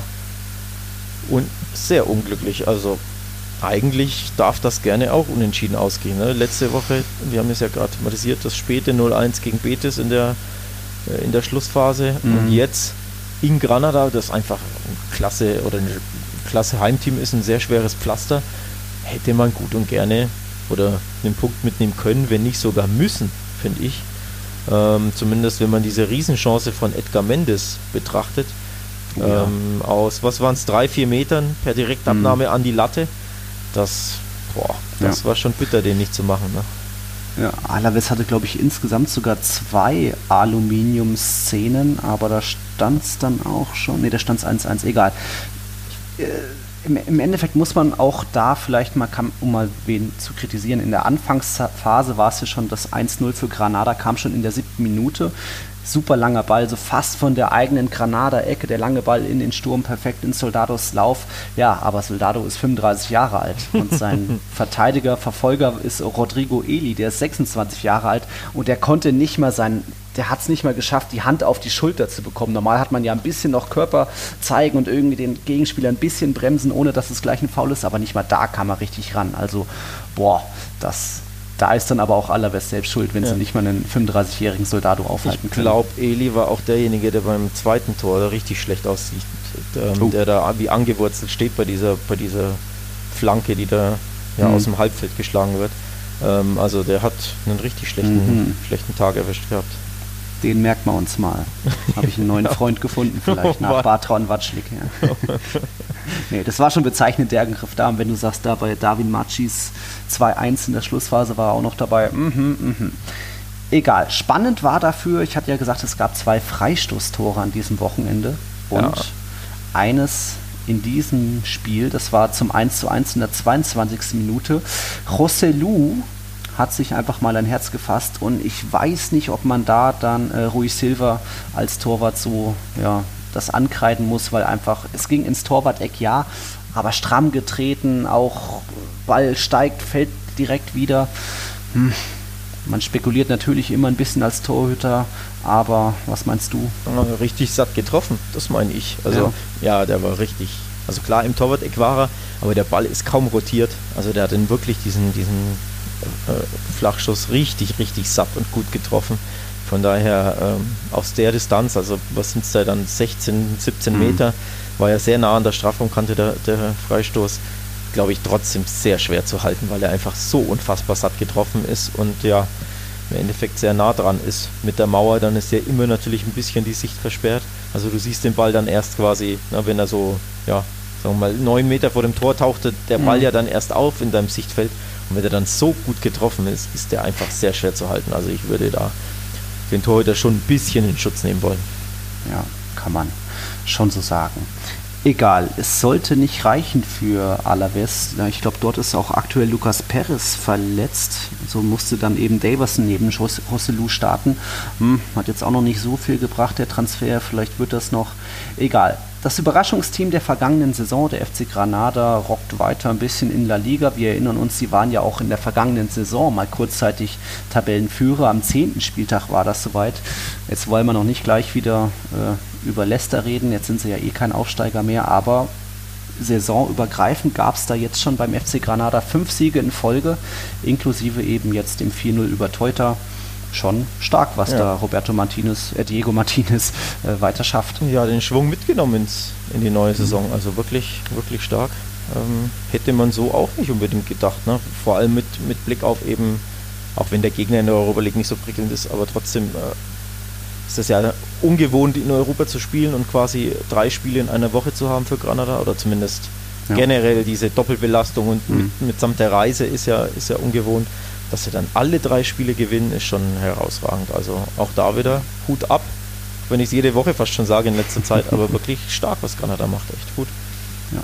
und sehr unglücklich. Also eigentlich darf das gerne auch unentschieden ausgehen. Ne? Letzte Woche, wir haben es ja gerade thematisiert, das späte null eins gegen Betis in der, äh, in der Schlussphase. Mhm. Und jetzt in Granada, das einfach ein klasse oder ein klasse Heimteam ist, ein sehr schweres Pflaster, hätte man gut und gerne oder einen Punkt mitnehmen können, wenn nicht sogar müssen, finde ich. Ähm, zumindest wenn man diese Riesenchance von Edgar Mendes betrachtet. Ja. Ähm, aus, was waren es, drei, vier Metern per Direktabnahme mhm. an die Latte. Das, boah, das ja. war schon bitter, den nicht zu machen. Ne? Ja, Alavés hatte, glaube ich, insgesamt sogar zwei Aluminium-Szenen, aber da stand es dann auch schon, ne, da stand es eins eins, egal. Äh, im, Im Endeffekt muss man auch da vielleicht mal, um mal wen zu kritisieren, in der Anfangsphase war es ja schon das eins null für Granada, kam schon in der siebten Minute. Super langer Ball, so fast von der eigenen Granada-Ecke, der lange Ball in den Sturm, perfekt in Soldados Lauf. Ja, aber Soldado ist fünfunddreißig Jahre alt und sein Verteidiger, Verfolger ist Rodrigo Eli, der ist sechsundzwanzig Jahre alt und der konnte nicht mal sein, der hat es nicht mal geschafft, die Hand auf die Schulter zu bekommen. Normal hat man ja ein bisschen noch Körper zeigen und irgendwie den Gegenspieler ein bisschen bremsen, ohne dass es gleich ein Foul ist, aber nicht mal da kam er richtig ran. Also, boah, das... Da ist dann aber auch Alavés selbst schuld, wenn ja. sie nicht mal einen fünfunddreißigjährigen Soldado aufhalten können. Ich glaube, Eli war auch derjenige, der beim zweiten Tor richtig schlecht aussieht. Ähm, oh. Der da wie angewurzelt steht bei dieser, bei dieser Flanke, die da ja, mhm. aus dem Halbfeld geschlagen wird. Ähm, also der hat einen richtig schlechten, mhm. schlechten Tag erwischt gehabt. Den merkt man uns mal. Habe ich einen neuen Freund gefunden, vielleicht nach Bartran Watschlik. Ja. Nee, das war schon bezeichnend, der Angriff da. Und wenn du sagst, da bei Darwin Machis zwei eins in der Schlussphase war er auch noch dabei. Mhm, mhm. Egal. Spannend war dafür, ich hatte ja gesagt, es gab zwei Freistoßtore an diesem Wochenende. Und ja. eines in diesem Spiel, das war zum eins zu eins in der zweiundzwanzigsten Minute. Joselu hat sich einfach mal ein Herz gefasst und ich weiß nicht, ob man da dann äh, Rui Silva als Torwart so, ja, das ankreiden muss, weil einfach, es ging ins Torwart-Eck, ja, aber stramm getreten, auch Ball steigt, fällt direkt wieder. Hm. Man spekuliert natürlich immer ein bisschen als Torhüter, aber was meinst du? Richtig satt getroffen, das meine ich. Also ja, ja der war richtig, also klar im Torwart-Eck war er, aber der Ball ist kaum rotiert. Also der hat dann wirklich diesen, diesen äh, Flachschuss richtig, richtig satt und gut getroffen. Von daher ähm, aus der Distanz, also was sind es da dann, sechzehn, siebzehn mhm. Meter, war ja sehr nah an der Strafraumkante der, der Freistoß, glaube ich trotzdem sehr schwer zu halten, weil er einfach so unfassbar satt getroffen ist und ja, im Endeffekt sehr nah dran ist. Mit der Mauer, dann ist ja immer natürlich ein bisschen die Sicht versperrt. Also du siehst den Ball dann erst quasi, na, wenn er so, ja, sagen wir mal, neun Meter vor dem Tor tauchte, der Ball mhm. ja dann erst auf in deinem Sichtfeld. Und wenn er dann so gut getroffen ist, ist der einfach sehr schwer zu halten. Also ich würde da den Torhüter schon ein bisschen in Schutz nehmen wollen. Ja, kann man schon so sagen. Egal, es sollte nicht reichen für Alavés. Ich glaube, dort ist auch aktuell Lucas Perez verletzt. So musste dann eben Davison neben Joselu starten. Hm, hat jetzt auch noch nicht so viel gebracht, der Transfer. Vielleicht wird das noch. Egal. Das Überraschungsteam der vergangenen Saison, der F C Granada, rockt weiter ein bisschen in La Liga. Wir erinnern uns, sie waren ja auch in der vergangenen Saison mal kurzzeitig Tabellenführer. Am zehnten Spieltag war das soweit. Jetzt wollen wir noch nicht gleich wieder äh, über Leicester reden. Jetzt sind sie ja eh kein Aufsteiger mehr, aber saisonübergreifend gab es da jetzt schon beim F C Granada fünf Siege in Folge, inklusive eben jetzt dem vier null über Teuta. Schon stark, was ja. da Roberto Martinez, äh Diego Martinez äh, weiter schafft. Ja, den Schwung mitgenommen ins, in die neue Saison, also wirklich, wirklich stark. Ähm, hätte man so auch nicht unbedingt gedacht, ne? Vor allem mit, mit Blick auf eben, auch wenn der Gegner in der Europa League nicht so prickelnd ist, aber trotzdem äh, ist das ja ungewohnt, in Europa zu spielen und quasi drei Spiele in einer Woche zu haben für Granada, oder zumindest ja. generell diese Doppelbelastung und mhm. mit, mitsamt der Reise ist ja, ist ja ungewohnt. Dass sie dann alle drei Spiele gewinnen, ist schon herausragend. Also auch da wieder Hut ab, wenn ich es jede Woche fast schon sage in letzter Zeit, aber wirklich stark, was Granada macht, echt gut. Ja.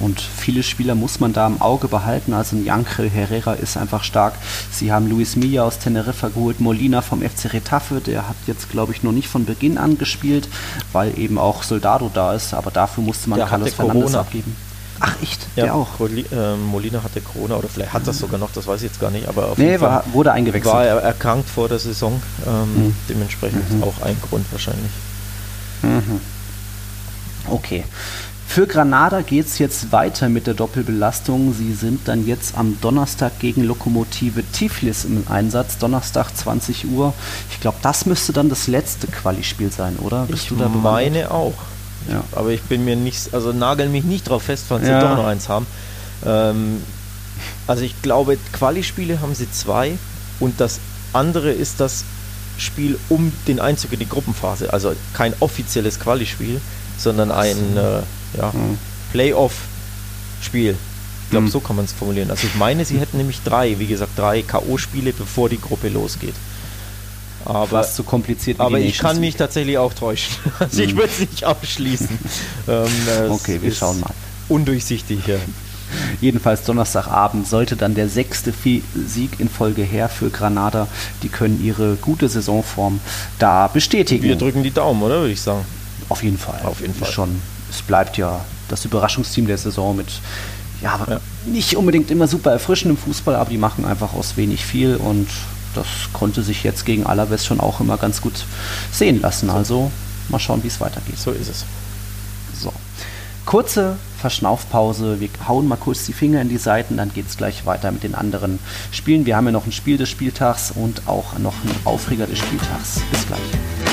Und viele Spieler muss man da im Auge behalten. Also ein Yankre Herrera ist einfach stark. Sie haben Luis Milla aus Teneriffa geholt, Molina vom F C Retafe. Der hat jetzt, glaube ich, noch nicht von Beginn an gespielt, weil eben auch Soldado da ist. Aber dafür musste man der Carlos Fernandes abgeben. Ach echt? Ja, der auch? Molina hatte Corona oder vielleicht hat das sogar noch, das weiß ich jetzt gar nicht. Aber auf nee, jeden Fall war, wurde eingewechselt. War er erkrankt vor der Saison. Ähm, mhm. Dementsprechend mhm. auch ein Grund wahrscheinlich. Mhm. Okay. Für Granada geht es jetzt weiter mit der Doppelbelastung. Sie sind dann jetzt am Donnerstag gegen Lokomotive Tiflis im Einsatz. Donnerstag zwanzig Uhr. Ich glaube, das müsste dann das letzte Quali-Spiel sein, oder? Bist ich du da meine bewandert? Auch. Ja. Aber ich bin mir nicht, also nageln mich nicht drauf fest, falls ja. sie doch noch eins haben. Ähm, also ich glaube, Quali-Spiele haben sie zwei und das andere ist das Spiel um den Einzug in die Gruppenphase. Also kein offizielles Quali-Spiel, sondern ein äh, ja, mhm. Playoff-Spiel. Ich glaube, mhm. so kann man es formulieren. Also ich meine, sie hätten nämlich drei, wie gesagt, drei K O-Spiele, bevor die Gruppe losgeht. Aber, Fast so kompliziert wie aber die ich kann mich tatsächlich auch täuschen. Also mhm. ich würde es nicht ausschließen. ähm, okay, wir schauen mal. Undurchsichtig, ja. Jedenfalls Donnerstagabend sollte dann der sechste Sieg in Folge her für Granada. Die können ihre gute Saisonform da bestätigen. Wir drücken die Daumen, oder würde ich sagen? Auf jeden Fall. Auf jeden Fall. Schon. Es bleibt ja das Überraschungsteam der Saison mit, ja, ja, nicht unbedingt immer super erfrischendem Fußball, aber die machen einfach aus wenig viel und das konnte sich jetzt gegen Alaves schon auch immer ganz gut sehen lassen. Also mal schauen, wie es weitergeht. So ist es. So. Kurze Verschnaufpause. Wir hauen mal kurz die Finger in die Seiten, dann geht es gleich weiter mit den anderen Spielen. Wir haben ja noch ein Spiel des Spieltags und auch noch einen Aufreger des Spieltags. Bis gleich.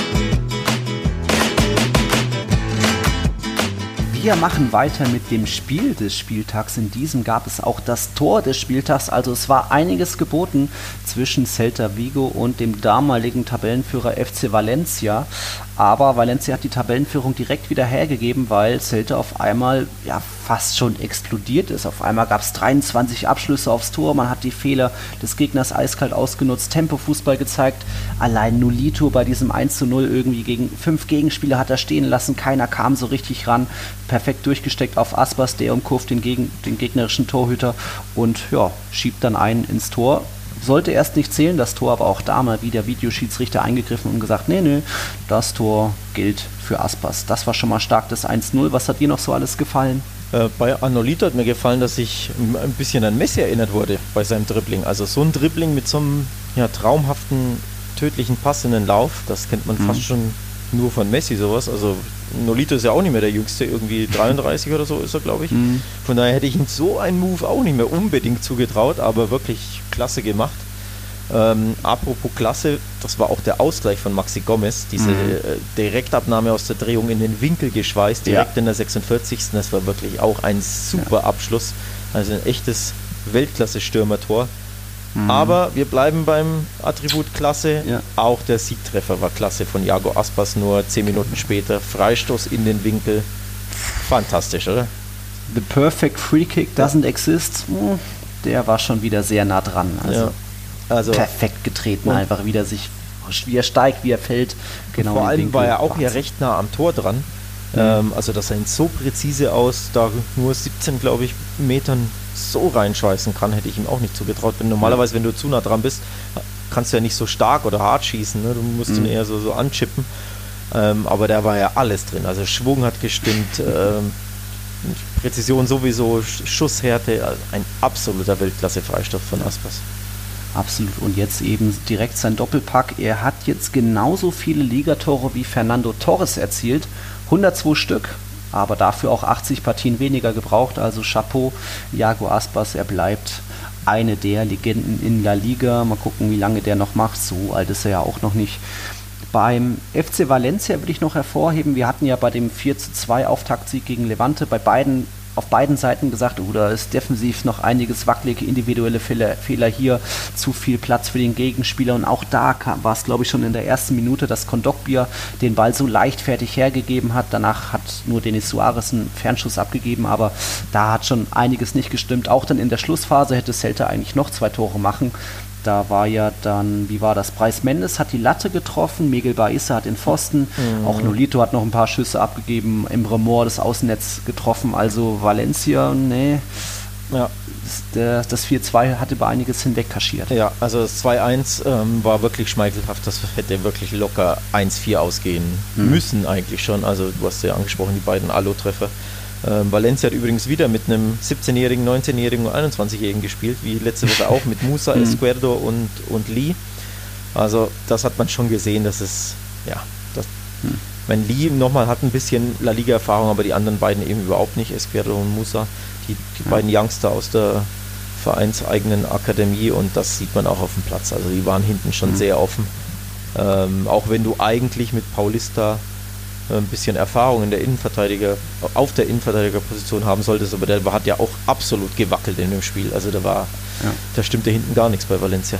Wir machen weiter mit dem Spiel des Spieltags. In diesem gab es auch das Tor des Spieltags. Also es war einiges geboten zwischen Celta Vigo und dem damaligen Tabellenführer F C Valencia. Aber Valencia hat die Tabellenführung direkt wieder hergegeben, weil Celta auf einmal ja fast schon explodiert ist. Auf einmal gab es dreiundzwanzig Abschlüsse aufs Tor. Man hat die Fehler des Gegners eiskalt ausgenutzt, Tempo-Fußball gezeigt. Allein Nolito bei diesem eins zu null irgendwie gegen fünf Gegenspieler hat er stehen lassen. Keiner kam so richtig ran. Perfekt durchgesteckt auf Aspas, der umkurvt den, Gegen- den gegnerischen Torhüter und ja, schiebt dann einen ins Tor. Sollte erst nicht zählen, das Tor, aber auch da mal wieder Videoschiedsrichter eingegriffen und gesagt, nee, nee, das Tor gilt für Aspas. Das war schon mal stark, das eins null. Was hat dir noch so alles gefallen? Äh, bei Nolito hat mir gefallen, dass ich ein bisschen an Messi erinnert wurde bei seinem Dribbling. Also so ein Dribbling mit so einem ja, traumhaften, tödlichen Pass in den Lauf, das kennt man mhm. fast schon nur von Messi sowas. Also Nolito ist ja auch nicht mehr der Jüngste, irgendwie dreiunddreißig oder so ist er, glaube ich. Mhm. Von daher hätte ich ihm so einen Move auch nicht mehr unbedingt zugetraut, aber wirklich klasse gemacht. Ähm, apropos klasse, das war auch der Ausgleich von Maxi Gomez, diese mhm. äh, Direktabnahme aus der Drehung in den Winkel geschweißt, direkt ja. in der sechsundvierzigsten Das war wirklich auch ein super ja. Abschluss, also ein echtes Weltklasse-Stürmertor. Mhm. Aber wir bleiben beim Attribut Klasse. Ja. Auch der Siegtreffer war klasse von Iago Aspas, nur zehn Minuten später. Freistoß in den Winkel. Fantastisch, oder? The perfect free kick doesn't ja. exist. Der war schon wieder sehr nah dran. Also, ja. also perfekt getreten, einfach wieder sich, wie er steigt, wie er fällt. Genau. Vor allem Winkel. War er auch ja recht nah am Tor dran. Mhm. Ähm, also dass er ihn so präzise aus da nur siebzehn, glaube ich, Metern so reinschweißen kann, hätte ich ihm auch nicht zugetraut. Wenn normalerweise, wenn du zu nah dran bist, kannst du ja nicht so stark oder hart schießen, ne? Du musst mhm. ihn eher so, so anchippen. Ähm, aber da war ja alles drin. Also Schwung hat gestimmt, ähm, Präzision sowieso, Schusshärte, also ein absoluter Weltklasse-Freistoß von Aspas. Absolut. Und jetzt eben direkt sein Doppelpack. Er hat jetzt genauso viele Ligatore wie Fernando Torres erzielt. hundertzwei Stück. Aber dafür auch achtzig Partien weniger gebraucht. Also Chapeau, Iago Aspas, er bleibt eine der Legenden in La Liga. Mal gucken, wie lange der noch macht. So alt ist er ja auch noch nicht. Beim F C Valencia will ich noch hervorheben, wir hatten ja bei dem vier zu zwei Auftaktsieg gegen Levante bei beiden auf beiden Seiten gesagt, oh, da ist defensiv noch einiges wackelige individuelle Fehler, Fehler hier, zu viel Platz für den Gegenspieler und auch da war es, glaube ich, schon in der ersten Minute, dass Kondogbia den Ball so leichtfertig hergegeben hat, danach hat nur Denis Suarez einen Fernschuss abgegeben, aber da hat schon einiges nicht gestimmt, auch dann in der Schlussphase hätte Celta eigentlich noch zwei Tore machen Da war ja dann, wie war das? Brais Mendes hat die Latte getroffen, Miguel Baiza hat den Pfosten, mhm. auch Nolito hat noch ein paar Schüsse abgegeben, Emre Mor das Außennetz getroffen, also Valencia, nee, ja. das, das vier zwei hatte über einiges hinweg kaschiert. Ja, also das zwei eins ähm, war wirklich schmeichelhaft, das hätte wirklich locker eins vier ausgehen mhm. müssen eigentlich schon, also du hast ja angesprochen, die beiden Allo-Treffer. Ähm, Valencia hat übrigens wieder mit einem siebzehnjährigen, neunzehnjährigen und einundzwanzigjährigen gespielt, wie letzte Woche auch mit Musa, Esquerdo und, und Lee. Also das hat man schon gesehen, dass es, ja, das, hm. mein Lee nochmal hat ein bisschen La Liga-Erfahrung, aber die anderen beiden eben überhaupt nicht, Esquerdo und Musa, die, die ja. beiden Youngster aus der vereinseigenen Akademie, und das sieht man auch auf dem Platz. Also die waren hinten schon hm. sehr offen. Ähm, auch wenn du eigentlich mit Paulista ein bisschen Erfahrung in der Innenverteidiger, auf der Innenverteidigerposition haben solltest, aber der hat ja auch absolut gewackelt in dem Spiel. Also da war, ja. da stimmte hinten gar nichts bei Valencia.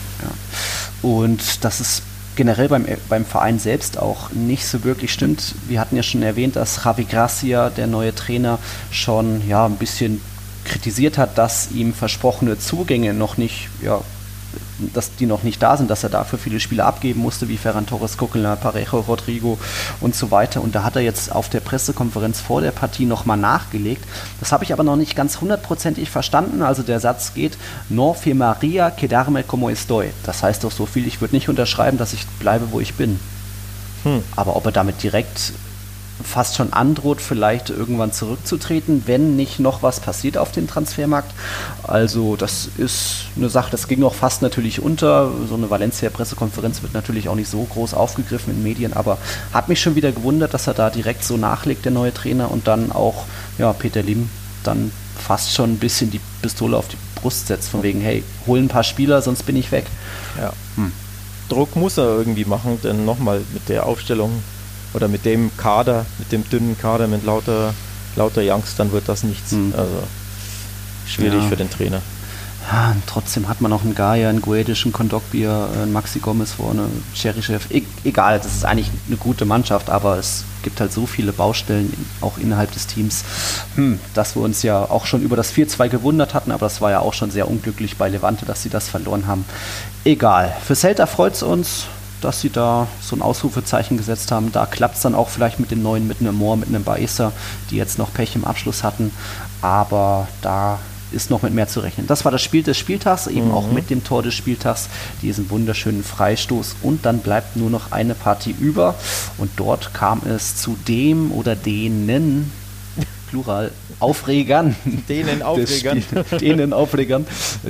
Ja. Und das ist generell beim, beim Verein selbst auch nicht so wirklich stimmt. Wir hatten ja schon erwähnt, dass Javi Gracia, der neue Trainer, schon ja ein bisschen kritisiert hat, dass ihm versprochene Zugänge noch nicht, ja, dass die noch nicht da sind, dass er dafür viele Spiele abgeben musste, wie Ferran Torres, Coquelin, Parejo, Rodrigo und so weiter. Und da hat er jetzt auf der Pressekonferenz vor der Partie nochmal nachgelegt. Das habe ich aber noch nicht ganz hundertprozentig verstanden. Also der Satz geht, no firmaría quedarme como estoy. Das heißt doch so viel, ich würde nicht unterschreiben, dass ich bleibe, wo ich bin. Hm. Aber ob er damit direkt fast schon androht, vielleicht irgendwann zurückzutreten, wenn nicht noch was passiert auf dem Transfermarkt. Also das ist eine Sache, das ging auch fast natürlich unter. So eine Valencia-Pressekonferenz wird natürlich auch nicht so groß aufgegriffen in Medien, aber hat mich schon wieder gewundert, dass er da direkt so nachlegt, der neue Trainer, und dann auch ja, Peter Lim dann fast schon ein bisschen die Pistole auf die Brust setzt, von wegen, hey, hol ein paar Spieler, sonst bin ich weg. Ja. Hm. Druck muss er irgendwie machen, denn nochmal mit der Aufstellung oder mit dem Kader, mit dem dünnen Kader, mit lauter, lauter Youngstern wird das nichts. Mhm. Also schwierig ja. für den Trainer. Ja, trotzdem hat man auch einen Gaia, einen Guedes, einen Kondogbia, einen Maxi Gomez vorne, Cheryshev. E- egal, das ist eigentlich eine gute Mannschaft, aber es gibt halt so viele Baustellen auch innerhalb des Teams, hm, dass wir uns ja auch schon über das vier zwei gewundert hatten, aber das war ja auch schon sehr unglücklich bei Levante, dass sie das verloren haben. Egal, für Celta freut es uns, dass sie da so ein Ausrufezeichen gesetzt haben. Da klappt es dann auch vielleicht mit dem neuen, mit einem Moore, mit einem Baiza, die jetzt noch Pech im Abschluss hatten. Aber da ist noch mit mehr zu rechnen. Das war das Spiel des Spieltags, eben mhm. auch mit dem Tor des Spieltags, diesen wunderschönen Freistoß. Und dann bleibt nur noch eine Partie über. Und dort kam es zu dem oder denen, Plural, Aufregern. Denen Aufregern. Spiel, denen Aufregern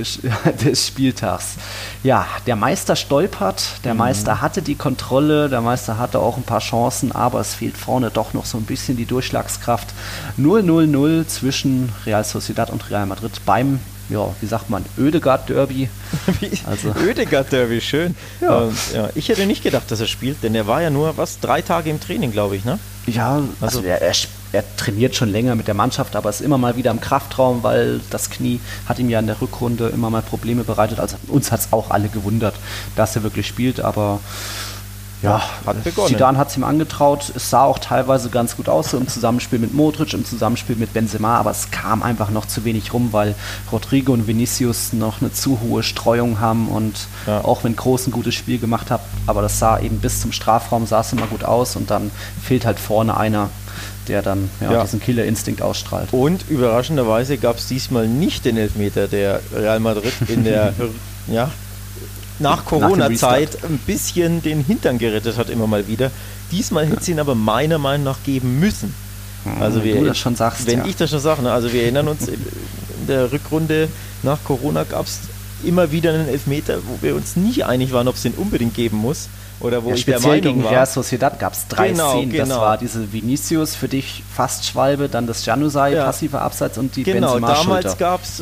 des Spieltags. Ja, der Meister stolpert, der mhm. Meister hatte die Kontrolle, der Meister hatte auch ein paar Chancen, aber es fehlt vorne doch noch so ein bisschen die Durchschlagskraft. null null null zwischen Real Sociedad und Real Madrid beim, ja, wie sagt man, Oedegaard-Derby. Also Oedegaard-Derby, schön. Ja. Ähm, ja, ich hätte nicht gedacht, dass er spielt, denn er war ja nur, was, drei Tage im Training, glaube ich, ne? Ja, also, also er, er, er trainiert schon länger mit der Mannschaft, aber ist immer mal wieder im Kraftraum, weil das Knie hat ihm ja in der Rückrunde immer mal Probleme bereitet. Also uns hat es auch alle gewundert, dass er wirklich spielt, aber ja, hat begonnen. Zidane hat es ihm angetraut. Es sah auch teilweise ganz gut aus, so im Zusammenspiel mit Modric, im Zusammenspiel mit Benzema, aber es kam einfach noch zu wenig rum, weil Rodrigo und Vinicius noch eine zu hohe Streuung haben und ja. auch wenn Kroos ein gutes Spiel gemacht hat, aber das sah eben bis zum Strafraum, sah es immer gut aus und dann fehlt halt vorne einer, der dann ja, ja. diesen Killerinstinkt ausstrahlt. Und überraschenderweise gab es diesmal nicht den Elfmeter, der Real Madrid in der ja, nach Corona-Zeit ein bisschen den Hintern gerettet hat, immer mal wieder. Diesmal hätte es ihn aber meiner Meinung nach geben müssen. Also wir, wenn du das schon sagst. Wenn ja. ich das schon sage, ne? Also wir erinnern uns, in der Rückrunde nach Corona gab es immer wieder einen Elfmeter, wo wir uns nicht einig waren, ob es den unbedingt geben muss. Oder wo ja, ich der Meinung Meinung gegen war. Real Sociedad gab es drei genau, Szenen. Genau. Das war diese Vinicius, für dich fast Schwalbe, dann das Januzaj, ja. passiver Abseits und die genau, Benzema-Schulter. Genau, damals gab es äh,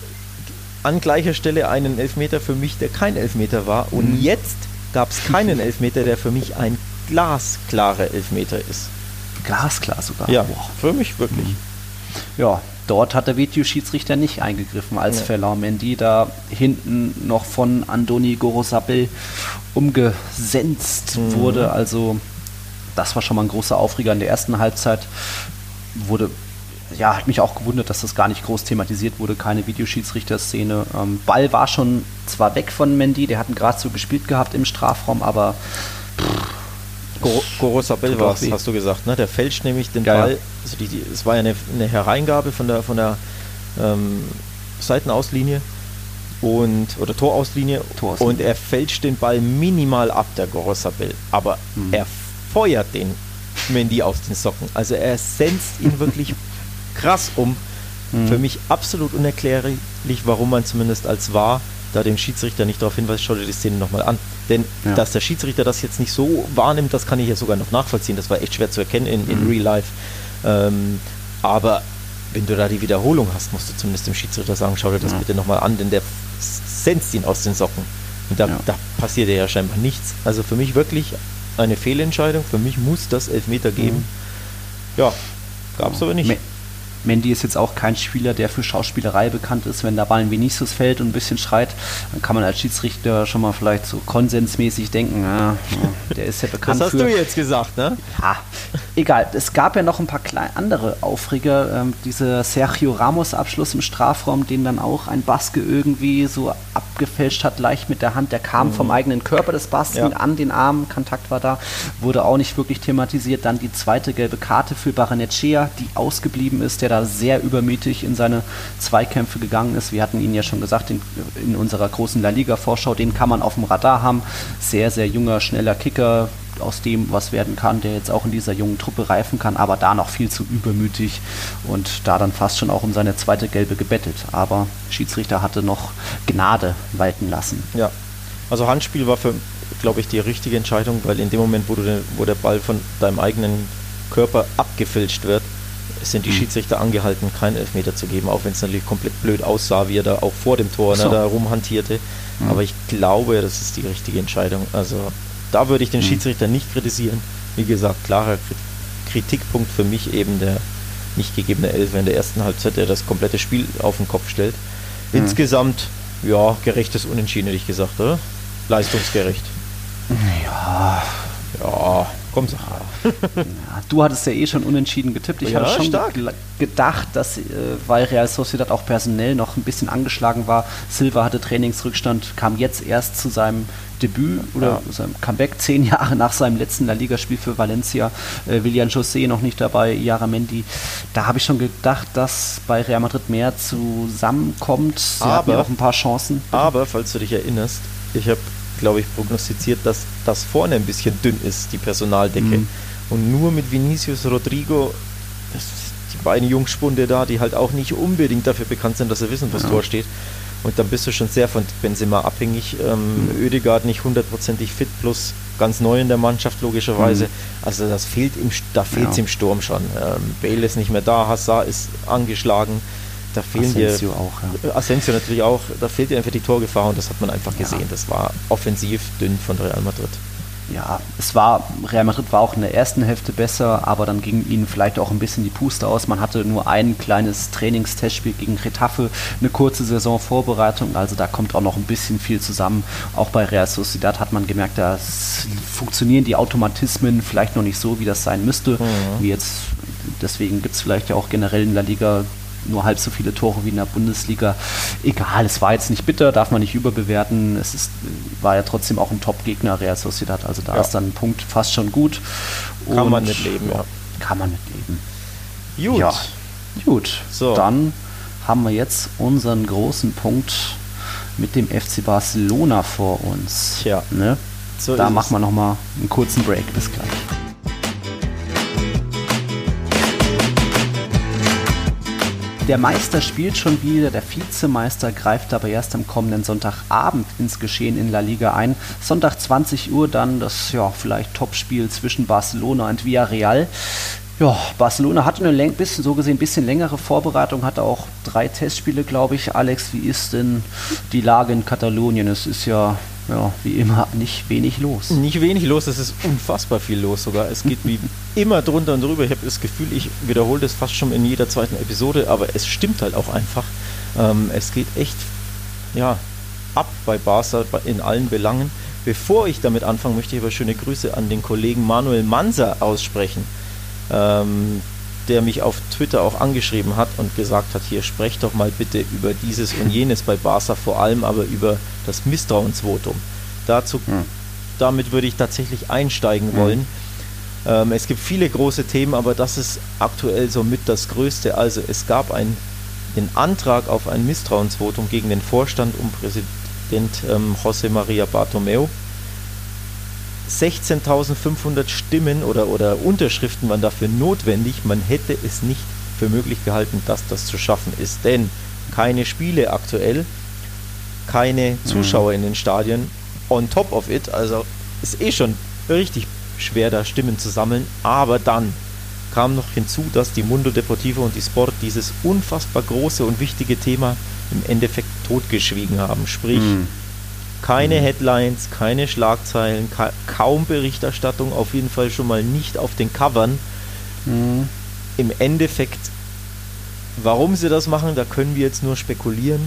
an gleicher Stelle einen Elfmeter für mich, der kein Elfmeter war. Und mhm. jetzt gab es keinen Elfmeter, der für mich ein glasklarer Elfmeter ist. Glasklar sogar? Ja, Boah. für mich wirklich. Mhm. Ja, dort hat der Videoschiedsrichter nicht eingegriffen, als ja. Ferland Mendy da hinten noch von Andoni Gorosabel umgesetzt mhm. wurde. Also das war schon mal ein großer Aufreger in der ersten Halbzeit. Wurde ja, hat mich auch gewundert, dass das gar nicht groß thematisiert wurde, keine Videoschiedsrichter-Szene. Ähm, Ball war schon zwar weg von Mendy, der hat ihn gerade so gespielt gehabt im Strafraum, aber Gorosabel war es, hast du gesagt, ne? Der fälscht nämlich den ja, Ball, ja. also die, die, es war ja eine, eine Hereingabe von der, von der ähm, Seitenauslinie und, oder Torauslinie, Torauslinie und er fälscht den Ball minimal ab, der Gorosabel, aber hm. er feuert den Mendy aus den Socken, also er senzt ihn wirklich krass um. Hm. Für mich absolut unerklärlich, warum man zumindest als V A R da dem Schiedsrichter nicht darauf hinweist, schau dir die Szene nochmal an. Denn ja. dass der Schiedsrichter das jetzt nicht so wahrnimmt, das kann ich ja sogar noch nachvollziehen. Das war echt schwer zu erkennen in, in mhm. Real Life. Ähm, aber wenn du da die Wiederholung hast, musst du zumindest dem Schiedsrichter sagen, schau dir das ja. bitte nochmal an, denn der senzt ihn aus den Socken. Und da, ja. da passiert ja scheinbar nichts. Also für mich wirklich eine Fehlentscheidung. Für mich muss das Elfmeter geben. Mhm. Ja, gab es aber nicht. Me- Mendy ist jetzt auch kein Spieler, der für Schauspielerei bekannt ist. Wenn da Ball in Vinicius fällt und ein bisschen schreit, dann kann man als Schiedsrichter schon mal vielleicht so konsensmäßig denken, ja, der ist ja bekannt für... Das hast für, du jetzt gesagt, ne? Ja, egal. Es gab ja noch ein paar kleine andere Aufreger. Ähm, dieser Sergio Ramos-Abschluss im Strafraum, den dann auch ein Baske irgendwie so abgefälscht hat, leicht mit der Hand. Der kam mhm. vom eigenen Körper des Basken ja. an den Arm, Kontakt war da, wurde auch nicht wirklich thematisiert. Dann die zweite gelbe Karte für Barrenetxea, die ausgeblieben ist, der da sehr übermütig in seine Zweikämpfe gegangen ist. Wir hatten ihn ja schon gesagt in, in unserer großen La Liga-Vorschau, den kann man auf dem Radar haben. Sehr, sehr junger, schneller Kicker, aus dem was werden kann, der jetzt auch in dieser jungen Truppe reifen kann, aber da noch viel zu übermütig und da dann fast schon auch um seine zweite Gelbe gebettelt. Aber Schiedsrichter hatte noch Gnade walten lassen. Ja, also Handspiel war für, glaube ich, die richtige Entscheidung, weil in dem Moment, wo, du den, wo der Ball von deinem eigenen Körper abgefälscht wird, sind die mhm. Schiedsrichter angehalten, keinen Elfmeter zu geben, auch wenn es natürlich komplett blöd aussah, wie er da auch vor dem Tor so. ne, da rumhantierte. Mhm. Aber ich glaube, das ist die richtige Entscheidung. Also da würde ich den mhm. Schiedsrichter nicht kritisieren. Wie gesagt, klarer Kritikpunkt für mich eben der nicht gegebene Elfer in der ersten Halbzeit, der das komplette Spiel auf den Kopf stellt. Mhm. Insgesamt, ja, gerechtes Unentschieden, hätte ich gesagt, oder? Leistungsgerecht. Ja, ja. Komm, sag ja, du hattest ja eh schon unentschieden getippt. Ich ja, hatte schon ge- gedacht, dass, äh, weil Real Sociedad auch personell noch ein bisschen angeschlagen war, Silva hatte Trainingsrückstand, kam jetzt erst zu seinem Debüt oder ja. seinem Comeback, zehn Jahre nach seinem letzten La Liga-Spiel für Valencia. Äh, Willian José noch nicht dabei, Iaramendi. Da habe ich schon gedacht, dass bei Real Madrid mehr zusammenkommt. Sie hatten ja auch ein paar Chancen. Aber, falls du dich erinnerst, ich habe glaube ich, prognostiziert, dass das vorne ein bisschen dünn ist, die Personaldecke. Mhm. Und nur mit Vinicius, Rodrigo, die beiden Jungspunde da, die halt auch nicht unbedingt dafür bekannt sind, dass sie wissen, wo das ja. Tor steht. Und dann bist du schon sehr von Benzema abhängig. Ähm, mhm. Ödegaard nicht hundertprozentig fit, plus ganz neu in der Mannschaft logischerweise. Mhm. Also das fehlt im, da fehlt es ja. im Sturm schon. Ähm, Bale ist nicht mehr da, Hazard ist angeschlagen. Da fehlen Asensio dir, auch, ja. Asensio natürlich auch, da fehlt dir einfach die Torgefahr und das hat man einfach gesehen. Ja. Das war offensiv dünn von Real Madrid. Ja, es war, Real Madrid war auch in der ersten Hälfte besser, aber dann ging ihnen vielleicht auch ein bisschen die Puste aus. Man hatte nur ein kleines Trainingstestspiel gegen Getafe, eine kurze Saisonvorbereitung, also da kommt auch noch ein bisschen viel zusammen. Auch bei Real Sociedad hat man gemerkt, da funktionieren die Automatismen vielleicht noch nicht so, wie das sein müsste. Mhm. Wie jetzt, deswegen gibt es vielleicht ja auch generell in La Liga nur halb so viele Tore wie in der Bundesliga. Egal, es war jetzt nicht bitter, darf man nicht überbewerten. Es ist, war ja trotzdem auch ein Top-Gegner, Real Sociedad, also da ja. ist dann ein Punkt fast schon gut. Kann Und man mitleben, ja. Kann man mitleben. Gut. Ja. Gut, so. Dann haben wir jetzt unseren großen Punkt mit dem F C Barcelona vor uns. Ja. Ne? So da machen wir nochmal einen kurzen Break. Bis gleich. Der Meister spielt schon wieder, der Vizemeister greift aber erst am kommenden Sonntagabend ins Geschehen in La Liga ein. Sonntag zwanzig Uhr dann das ja vielleicht Topspiel zwischen Barcelona und Villarreal. Ja, Barcelona hatte eine läng- bisschen, so gesehen ein bisschen längere Vorbereitung, hatte auch drei Testspiele, glaube ich. Alex, wie ist denn die Lage in Katalonien? Es ist ja, ja wie immer nicht wenig los. Nicht wenig los, es ist unfassbar viel los sogar. Es geht wie immer drunter und drüber. Ich habe das Gefühl, ich wiederhole das fast schon in jeder zweiten Episode, aber es stimmt halt auch einfach. Ähm, es geht echt ja, ab bei Barca in allen Belangen. Bevor ich damit anfange, möchte ich aber schöne Grüße an den Kollegen Manuel Manser aussprechen. Ähm, der mich auf Twitter auch angeschrieben hat und gesagt hat, hier sprecht doch mal bitte über dieses und jenes bei Barca, vor allem aber über das Misstrauensvotum. Dazu, hm. Damit würde ich tatsächlich einsteigen hm. wollen. Ähm, es gibt viele große Themen, aber das ist aktuell somit das Größte. Also es gab ein, den Antrag auf ein Misstrauensvotum gegen den Vorstand um Präsident ähm, José María Bartomeu. sechzehntausendfünfhundert Stimmen oder, oder Unterschriften waren dafür notwendig. Man hätte es nicht für möglich gehalten, dass das zu schaffen ist. Denn keine Spiele aktuell, keine Zuschauer mhm. in den Stadien. On top of it, also ist eh schon richtig schwer, da Stimmen zu sammeln. Aber dann kam noch hinzu, dass die Mundo Deportivo und die Sport dieses unfassbar große und wichtige Thema im Endeffekt totgeschwiegen haben. Sprich, mhm. keine mhm. Headlines, keine Schlagzeilen, ka- kaum Berichterstattung, auf jeden Fall schon mal nicht auf den Covern. Mhm. Im Endeffekt, warum sie das machen, da können wir jetzt nur spekulieren.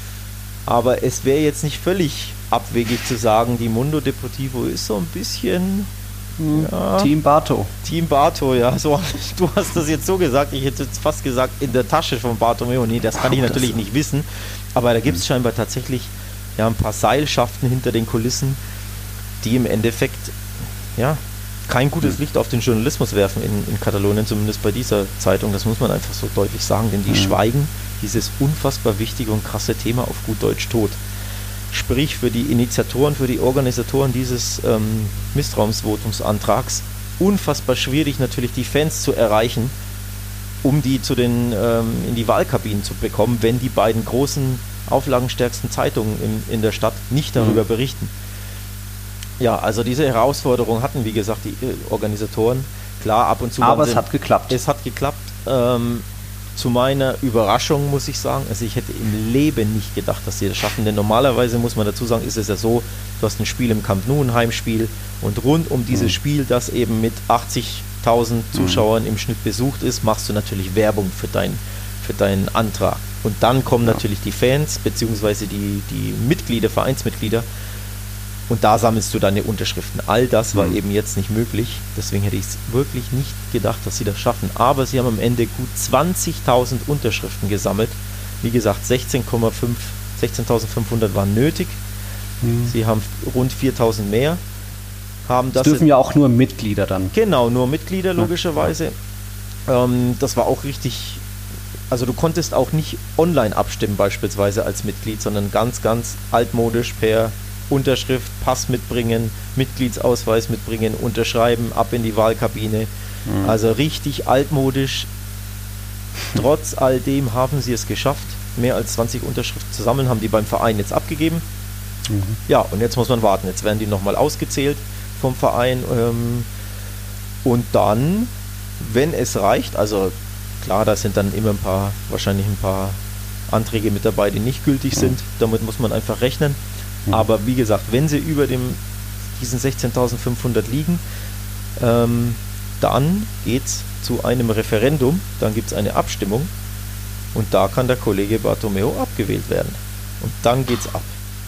Aber es wäre jetzt nicht völlig abwegig zu sagen, die Mundo Deportivo ist so ein bisschen... Ja, Team Barto. Team Barto, ja. So, du hast das jetzt so gesagt, ich hätte jetzt fast gesagt, in der Tasche von Bartomeu. Nee, das kann ich natürlich das nicht wissen. Aber da gibt es scheinbar tatsächlich ja, ein paar Seilschaften hinter den Kulissen, die im Endeffekt ja, kein gutes Licht auf den Journalismus werfen in, in Katalonien, zumindest bei dieser Zeitung. Das muss man einfach so deutlich sagen, denn die mhm. schweigen dieses unfassbar wichtige und krasse Thema auf gut Deutsch tot. Sprich, für die Initiatoren, für die Organisatoren dieses ähm, Misstrauensvotumsantrags unfassbar schwierig natürlich die Fans zu erreichen, um die zu den ähm, in die Wahlkabinen zu bekommen, wenn die beiden großen auflagenstärksten Zeitungen in, in der Stadt nicht darüber mhm. berichten. Ja, also diese Herausforderung hatten, wie gesagt, die äh, Organisatoren. Klar, ab und zu. Aber es hat geklappt. Es hat geklappt. Ähm, Zu meiner Überraschung muss ich sagen, also ich hätte im Leben nicht gedacht, dass sie das schaffen, denn normalerweise muss man dazu sagen, ist es ja so, du hast ein Spiel im Camp Nou, ein Heimspiel und rund um dieses mhm. Spiel, das eben mit achtzigtausend Zuschauern mhm. im Schnitt besucht ist, machst du natürlich Werbung für, dein, für deinen Antrag. Und dann kommen ja. natürlich die Fans, beziehungsweise die, die Mitglieder, Vereinsmitglieder, und da sammelst du deine Unterschriften. All das war mhm. eben jetzt nicht möglich. Deswegen hätte ich es wirklich nicht gedacht, dass sie das schaffen. Aber sie haben am Ende gut zwanzigtausend Unterschriften gesammelt. Wie gesagt, sechzehn Komma fünf, sechzehntausendfünfhundert waren nötig. Mhm. Sie haben rund viertausend mehr. Haben das, das dürfen ja auch nur Mitglieder dann. Genau, nur Mitglieder logischerweise. Ja. Ähm, das war auch richtig... Also du konntest auch nicht online abstimmen beispielsweise als Mitglied, sondern ganz, ganz altmodisch per... Unterschrift, Pass mitbringen, Mitgliedsausweis mitbringen, unterschreiben, ab in die Wahlkabine. Mhm. Also richtig altmodisch. Trotz all dem haben sie es geschafft, mehr als zwanzig Unterschriften zu sammeln, haben die beim Verein jetzt abgegeben. Mhm. Ja, und jetzt muss man warten. Jetzt werden die nochmal ausgezählt vom Verein. Ähm, und dann, wenn es reicht, also klar, da sind dann immer ein paar, wahrscheinlich ein paar Anträge mit dabei, die nicht gültig mhm. sind. Damit muss man einfach rechnen. Aber wie gesagt, wenn sie über dem, diesen sechzehntausendfünfhundert liegen, ähm, dann geht es zu einem Referendum, dann gibt es eine Abstimmung und da kann der Kollege Bartomeu abgewählt werden. Und dann geht's ab.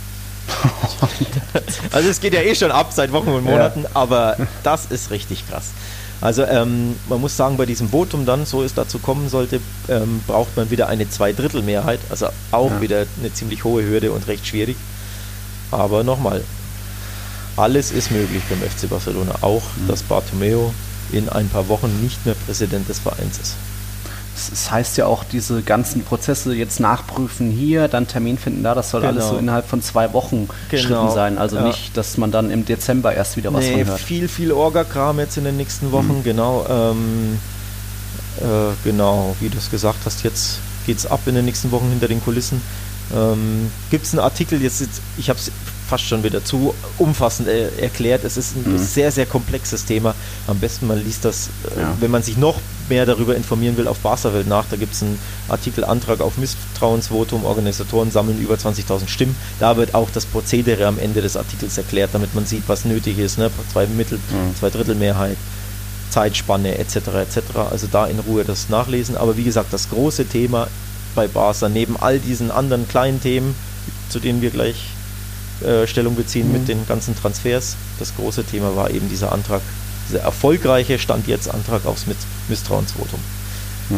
Also es geht ja eh schon ab seit Wochen und Monaten, ja. aber das ist richtig krass. Also ähm, man muss sagen, bei diesem Votum dann, so es dazu kommen sollte, ähm, braucht man wieder eine Zweidrittelmehrheit, also auch ja. wieder eine ziemlich hohe Hürde und recht schwierig. Aber nochmal, alles ist möglich beim F C Barcelona, auch mhm. dass Bartomeu in ein paar Wochen nicht mehr Präsident des Vereins ist. Das heißt ja auch, diese ganzen Prozesse jetzt nachprüfen hier, dann Termin finden da, das soll genau. alles so innerhalb von zwei Wochen genau. Schritten sein. Also ja. nicht, dass man dann im Dezember erst wieder was nee, von hört. viel, viel Orga-Kram jetzt in den nächsten Wochen, mhm. genau. Ähm, äh, genau, wie du es gesagt hast, jetzt geht es ab in den nächsten Wochen hinter den Kulissen. Ähm, gibt es einen Artikel, jetzt, jetzt ich habe es fast schon wieder zu umfassend äh, erklärt, es ist ein mhm. sehr, sehr komplexes Thema, am besten man liest das, äh, ja. wenn man sich noch mehr darüber informieren will, auf Barca-Welt nach, da gibt es einen Artikel, Antrag auf Misstrauensvotum, Organisatoren sammeln über zwanzigtausend Stimmen, da wird auch das Prozedere am Ende des Artikels erklärt, damit man sieht, was nötig ist, ne? zwei Mittel, mhm. zwei Drittel Mehrheit, Zeitspanne et cetera et cetera, also da in Ruhe das nachlesen, aber wie gesagt, das große Thema bei Barca, neben all diesen anderen kleinen Themen, zu denen wir gleich äh, Stellung beziehen mhm. mit den ganzen Transfers, das große Thema war eben dieser Antrag, dieser erfolgreiche Stand jetzt Antrag aufs Mit- Misstrauensvotum. Hm.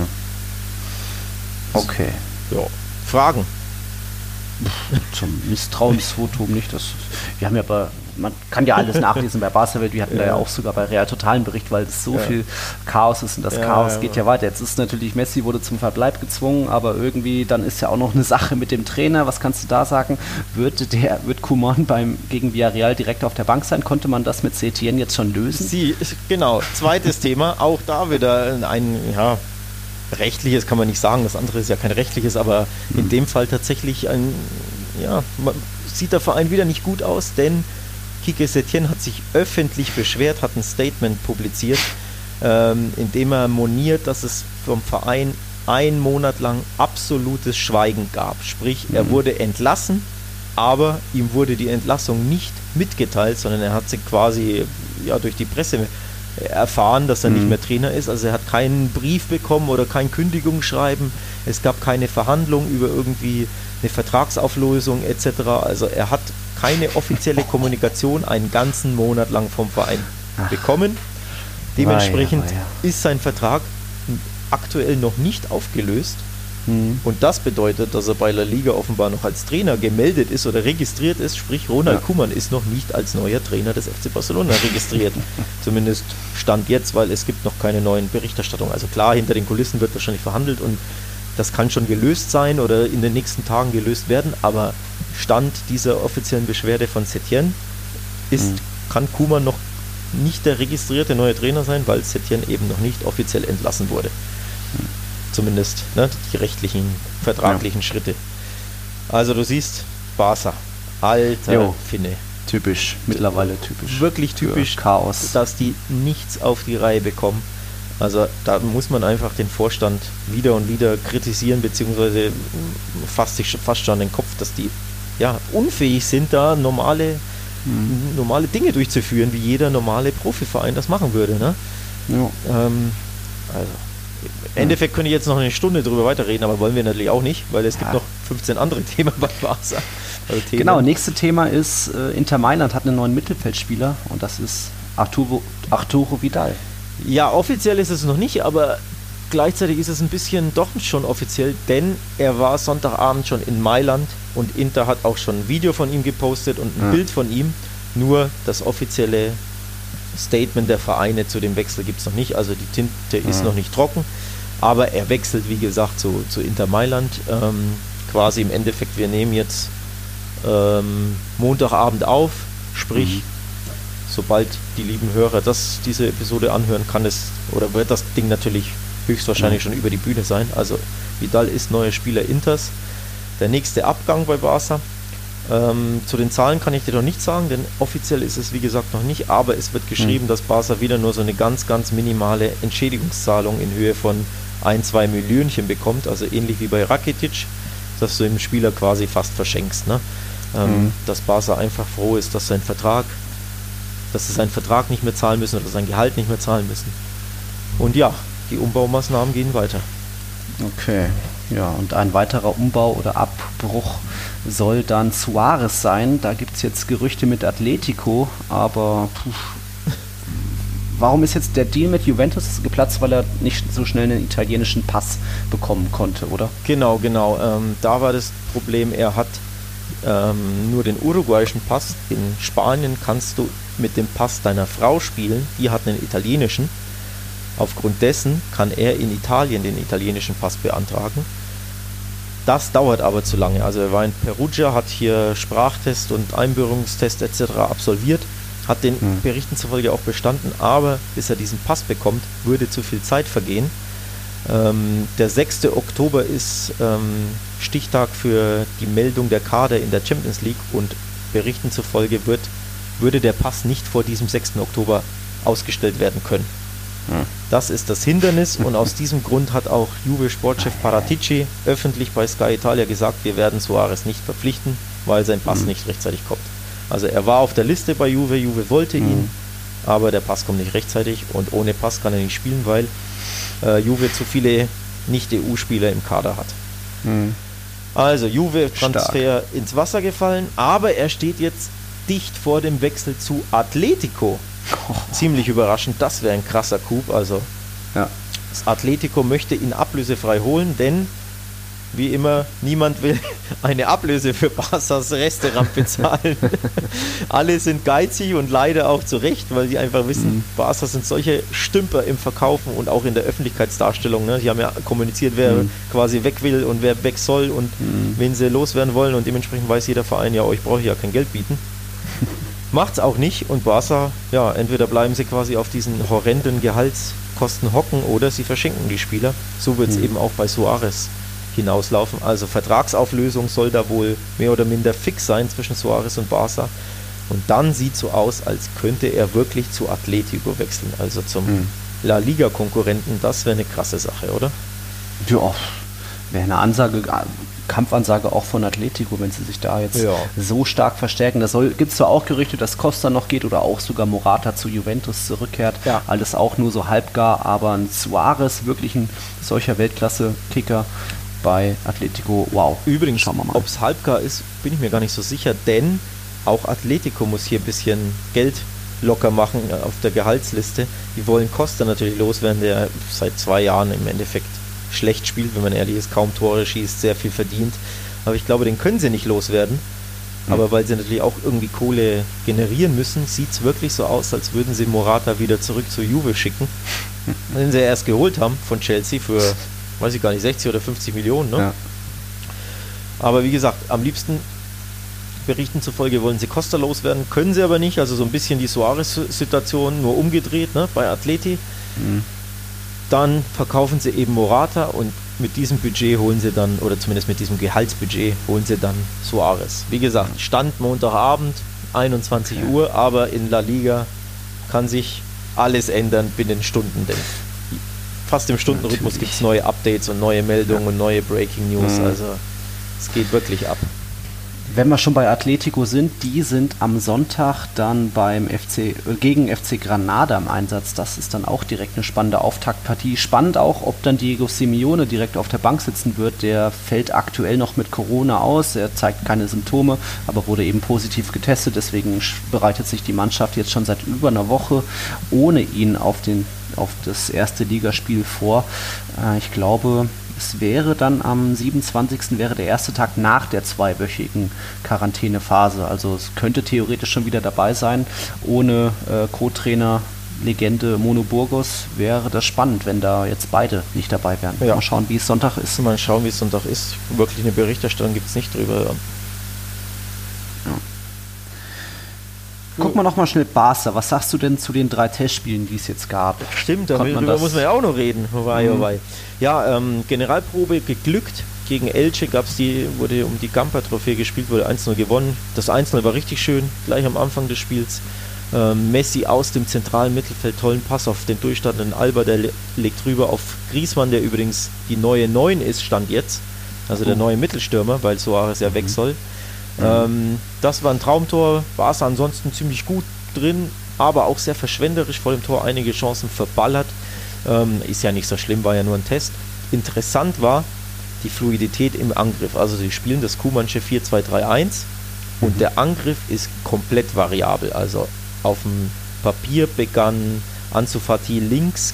Okay. Ja. Fragen? Zum Misstrauensvotum nicht. Das, wir haben ja bei, man kann ja alles nachlesen bei Barca-Welt. Wir hatten ja. da ja auch sogar bei Real Total einen Bericht, weil es so ja. viel Chaos ist und das ja, Chaos ja, geht ja weiter. Jetzt ist natürlich Messi wurde zum Verbleib gezwungen, aber irgendwie dann ist ja auch noch eine Sache mit dem Trainer. Was kannst du da sagen? Wird der wird Koeman beim gegen Villarreal direkt auf der Bank sein? Konnte man das mit Setien jetzt schon lösen? Sie, genau. Zweites Thema. Auch da wieder ein ja rechtliches kann man nicht sagen, das andere ist ja kein rechtliches, aber mhm. in dem Fall tatsächlich ein, ja, sieht der Verein wieder nicht gut aus, denn Quique Setien hat sich öffentlich beschwert, hat ein Statement publiziert, ähm, in dem er moniert, dass es vom Verein einen Monat lang absolutes Schweigen gab. Sprich, er mhm. wurde entlassen, aber ihm wurde die Entlassung nicht mitgeteilt, sondern er hat sie quasi ja, durch die Presse erfahren, dass er mhm. nicht mehr Trainer ist. Also er hat keinen Brief bekommen oder kein Kündigungsschreiben. Es gab keine Verhandlung über irgendwie eine Vertragsauflösung et cetera. Also er hat keine offizielle Kommunikation einen ganzen Monat lang vom Verein Ach. bekommen. Dementsprechend war ja, war ja. ist sein Vertrag aktuell noch nicht aufgelöst. Mhm. Und das bedeutet, dass er bei La Liga offenbar noch als Trainer gemeldet ist oder registriert ist. Sprich, Ronald ja. Koeman ist noch nicht als neuer Trainer des F C Barcelona registriert. Zumindest Stand jetzt, weil es gibt noch keine neuen Berichterstattungen. Also klar, hinter den Kulissen wird wahrscheinlich verhandelt und das kann schon gelöst sein oder in den nächsten Tagen gelöst werden. Aber Stand dieser offiziellen Beschwerde von Setien ist, mhm. kann Koeman noch nicht der registrierte neue Trainer sein, weil Setien eben noch nicht offiziell entlassen wurde. Mhm. Zumindest ne, die rechtlichen, vertraglichen ja. Schritte. Also du siehst, Barca, alter jo. Finne. Typisch, mittlerweile typisch. Wirklich typisch, Chaos. Dass die nichts auf die Reihe bekommen. Also da muss man einfach den Vorstand wieder und wieder kritisieren, beziehungsweise fasst sich fast schon an den Kopf, dass die ja, unfähig sind, da normale, mhm. normale Dinge durchzuführen, wie jeder normale Profiverein das machen würde. Ne? Ja. Ähm, also im Endeffekt könnte ich jetzt noch eine Stunde drüber weiterreden, aber wollen wir natürlich auch nicht, weil es ja. gibt noch fünfzehn andere Themen bei Barca. Also genau, nächste Thema ist, äh, Inter Mailand hat einen neuen Mittelfeldspieler und das ist Arturo, Arturo Vidal. Ja, offiziell ist es noch nicht, aber gleichzeitig ist es ein bisschen doch schon offiziell, denn er war Sonntagabend schon in Mailand und Inter hat auch schon ein Video von ihm gepostet und ein ja. Bild von ihm, nur das offizielle Statement der Vereine zu dem Wechsel gibt es noch nicht, also die Tinte ist ja. noch nicht trocken, aber er wechselt wie gesagt zu, zu Inter Mailand, ähm, quasi im Endeffekt, wir nehmen jetzt ähm, Montagabend auf, sprich mhm. sobald die lieben Hörer das, diese Episode anhören, kann es oder wird das Ding natürlich höchstwahrscheinlich mhm. schon über die Bühne sein, also Vidal ist neuer Spieler Inters, der nächste Abgang bei Barca. Ähm, zu den Zahlen kann ich dir noch nicht sagen, denn offiziell ist es wie gesagt noch nicht, aber es wird geschrieben, mhm. dass Barca wieder nur so eine ganz, ganz minimale Entschädigungszahlung in Höhe von ein, zwei Millionchen bekommt, also ähnlich wie bei Rakitic, dass du dem Spieler quasi fast verschenkst, ne? ähm, mhm. dass Barca einfach froh ist, dass sein Vertrag, dass sie seinen Vertrag nicht mehr zahlen müssen oder sein Gehalt nicht mehr zahlen müssen. Und ja, die Umbaumaßnahmen gehen weiter. Okay, ja, und ein weiterer Umbau oder Abbruch soll dann Suarez sein. Da gibt es jetzt Gerüchte mit Atletico, aber puh, warum ist jetzt der Deal mit Juventus geplatzt, weil er nicht so schnell einen italienischen Pass bekommen konnte, oder? Genau, genau. Ähm, da war das Problem, er hat ähm, nur den uruguayischen Pass. In Spanien kannst du mit dem Pass deiner Frau spielen, die hat einen italienischen. Aufgrund dessen kann er in Italien den italienischen Pass beantragen. Das dauert aber zu lange. Also er war in Perugia, hat hier Sprachtest und Einbürgerungstest et cetera absolviert, hat den hm. Berichten zufolge auch bestanden, aber bis er diesen Pass bekommt, würde zu viel Zeit vergehen. Ähm, der sechste Oktober ist ähm, Stichtag für die Meldung der Kader in der Champions League und Berichten zufolge wird, würde der Pass nicht vor diesem sechsten Oktober ausgestellt werden können. Das ist das Hindernis und aus diesem Grund hat auch Juve-Sportchef Paratici öffentlich bei Sky Italia gesagt, wir werden Suarez nicht verpflichten, weil sein Pass mhm. nicht rechtzeitig kommt. Also er war auf der Liste bei Juve, Juve wollte ihn, mhm. aber der Pass kommt nicht rechtzeitig und ohne Pass kann er nicht spielen, weil äh, Juve zu viele Nicht-E U-Spieler im Kader hat. Mhm. Also Juve-Transfer ins Wasser gefallen, aber er steht jetzt dicht vor dem Wechsel zu Atletico. Oh. Ziemlich überraschend, das wäre ein krasser Coup, also ja. Atletico möchte ihn ablösefrei holen, denn wie immer, niemand will eine Ablöse für Barças Restaurant bezahlen. Alle sind geizig und leider auch zu Recht, weil sie einfach wissen, mhm. Barça sind solche Stümper im Verkaufen und auch in der Öffentlichkeitsdarstellung. Ne? Sie haben ja kommuniziert, wer mhm. quasi weg will und wer weg soll und mhm. wen sie loswerden wollen, und dementsprechend weiß jeder Verein, ja, euch brauche ich ja kein Geld bieten. Macht's auch nicht, und Barça, ja, entweder bleiben sie quasi auf diesen horrenden Gehaltskosten hocken oder sie verschenken die Spieler. So wird es mhm. eben auch bei Suarez hinauslaufen. Also Vertragsauflösung soll da wohl mehr oder minder fix sein zwischen Suarez und Barça. Und dann sieht so aus, als könnte er wirklich zu Atletico wechseln, also zum mhm. La Liga-Konkurrenten. Das wäre eine krasse Sache, oder? Ja, wäre eine Ansage, Kampfansage auch von Atletico, wenn sie sich da jetzt ja. so stark verstärken. Da gibt es zwar auch Gerüchte, dass Costa noch geht oder auch sogar Morata zu Juventus zurückkehrt. Ja. Alles auch nur so halbgar, aber ein Suarez, wirklich ein solcher Weltklasse-Kicker bei Atletico, wow. Übrigens, ob es halbgar ist, bin ich mir gar nicht so sicher, denn auch Atletico muss hier ein bisschen Geld locker machen auf der Gehaltsliste. Die wollen Costa natürlich loswerden, der seit zwei Jahren im Endeffekt schlecht spielt, wenn man ehrlich ist, kaum Tore schießt, sehr viel verdient. Aber ich glaube, den können sie nicht loswerden. Mhm. Aber weil sie natürlich auch irgendwie Kohle generieren müssen, sieht es wirklich so aus, als würden sie Morata wieder zurück zur Juve schicken, den sie erst geholt haben von Chelsea für, weiß ich gar nicht, sechzig oder fünfzig Millionen. Ne? Ja. Aber wie gesagt, am liebsten, Berichten zufolge, wollen sie Costa loswerden, können sie aber nicht. Also so ein bisschen die Suarez-Situation, nur umgedreht, ne, bei Atleti. Mhm. Dann verkaufen sie eben Morata und mit diesem Budget holen sie dann, oder zumindest mit diesem Gehaltsbudget, holen sie dann Suarez. Wie gesagt, Stand Montagabend, einundzwanzig okay. Uhr, aber in La Liga kann sich alles ändern binnen Stunden, denn fast im Stundenrhythmus gibt es neue Updates und neue Meldungen ja. und neue Breaking News, mhm. also es geht wirklich ab. Wenn wir schon bei Atletico sind, die sind am Sonntag dann beim F C, äh, gegen F C Granada im Einsatz. Das ist dann auch direkt eine spannende Auftaktpartie. Spannend auch, ob dann Diego Simeone direkt auf der Bank sitzen wird. Der fällt aktuell noch mit Corona aus. Er zeigt keine Symptome, aber wurde eben positiv getestet. Deswegen bereitet sich die Mannschaft jetzt schon seit über einer Woche ohne ihn auf, den, auf das erste Ligaspiel vor. Äh, ich glaube... Es wäre dann am siebenundzwanzigsten wäre der erste Tag nach der zweiwöchigen Quarantänephase. Also es könnte theoretisch schon wieder dabei sein. Ohne äh, Co-Trainer, Legende Mono Burgos wäre das spannend, wenn da jetzt beide nicht dabei wären. Ja. Mal schauen, wie es Sonntag ist. Mal schauen, wie es Sonntag ist. Wirklich eine Berichterstattung gibt es nicht drüber. Ja. Gucken wir nochmal schnell Barca. Was sagst du denn zu den drei Testspielen, die es jetzt gab? Stimmt, darüber muss man ja auch noch reden. Wobei, wobei. Mhm. Ja, ähm, Generalprobe geglückt. Gegen Elche gab's die, wurde um die Gamper-Trophäe gespielt, wurde eins null gewonnen. Das eins null war richtig schön, gleich am Anfang des Spiels. Ähm, Messi aus dem zentralen Mittelfeld, tollen Pass auf den durchstartenden Alba, der le- legt rüber auf Griezmann, der übrigens die neue neun ist, stand jetzt. Also oh. der neue Mittelstürmer, weil Suarez ja mhm. weg soll. Mhm. Ähm, das war ein Traumtor, war es ansonsten ziemlich gut drin, aber auch sehr verschwenderisch vor dem Tor, einige Chancen verballert. Ähm, ist ja nicht so schlimm, war ja nur ein Test. Interessant war die Fluidität im Angriff. Also sie spielen das Koemansche vier zwei drei eins und mhm. der Angriff ist komplett variabel. Also auf dem Papier begann Ansu Fati links,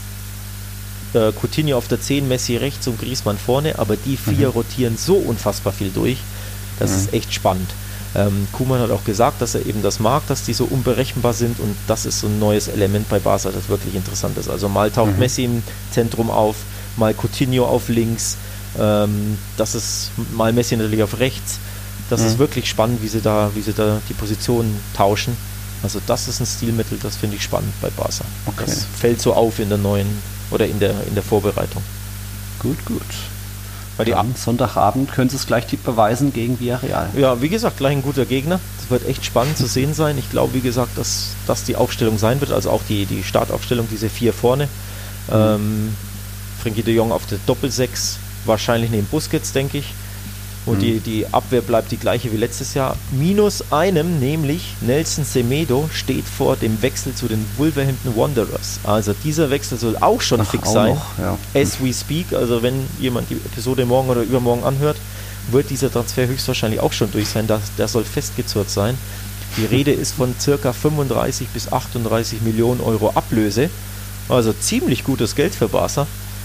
äh, Coutinho auf der zehn, Messi rechts und Griezmann vorne, aber die vier mhm. rotieren so unfassbar viel durch. Das mhm. ist echt spannend. Ähm, Koeman hat auch gesagt, dass er eben das mag, dass die so unberechenbar sind, und das ist so ein neues Element bei Barca, das wirklich interessant ist. Also mal taucht mhm. Messi im Zentrum auf, mal Coutinho auf links, ähm, das ist mal Messi natürlich auf rechts. Das mhm. ist wirklich spannend, wie sie da, wie sie da die Positionen tauschen. Also das ist ein Stilmittel, das finde ich spannend bei Barca. Okay. Das fällt so auf in der neuen oder in der in der Vorbereitung. Gut, gut. Bei die Am Sonntagabend können sie es gleich beweisen gegen Villarreal. Ja, wie gesagt, gleich ein guter Gegner. Das wird echt spannend zu sehen sein. Ich glaube, wie gesagt, dass das die Aufstellung sein wird, also auch die, die Startaufstellung, diese vier vorne. Mhm. Ähm, Frenkie de Jong auf der Doppelsechs, wahrscheinlich neben Busquets, denke ich. Und mhm. die, die Abwehr bleibt die gleiche wie letztes Jahr. Minus einem, nämlich Nelson Semedo steht vor dem Wechsel zu den Wolverhampton Wanderers. Also dieser Wechsel soll auch schon Ach, fix auch sein. Noch, ja. As we speak, also wenn jemand die Episode morgen oder übermorgen anhört, wird dieser Transfer höchstwahrscheinlich auch schon durch sein. Das, der soll festgezurrt sein. Die Rede ist von circa fünfunddreißig bis achtunddreißig Millionen Euro Ablöse. Also ziemlich gutes Geld für Barca.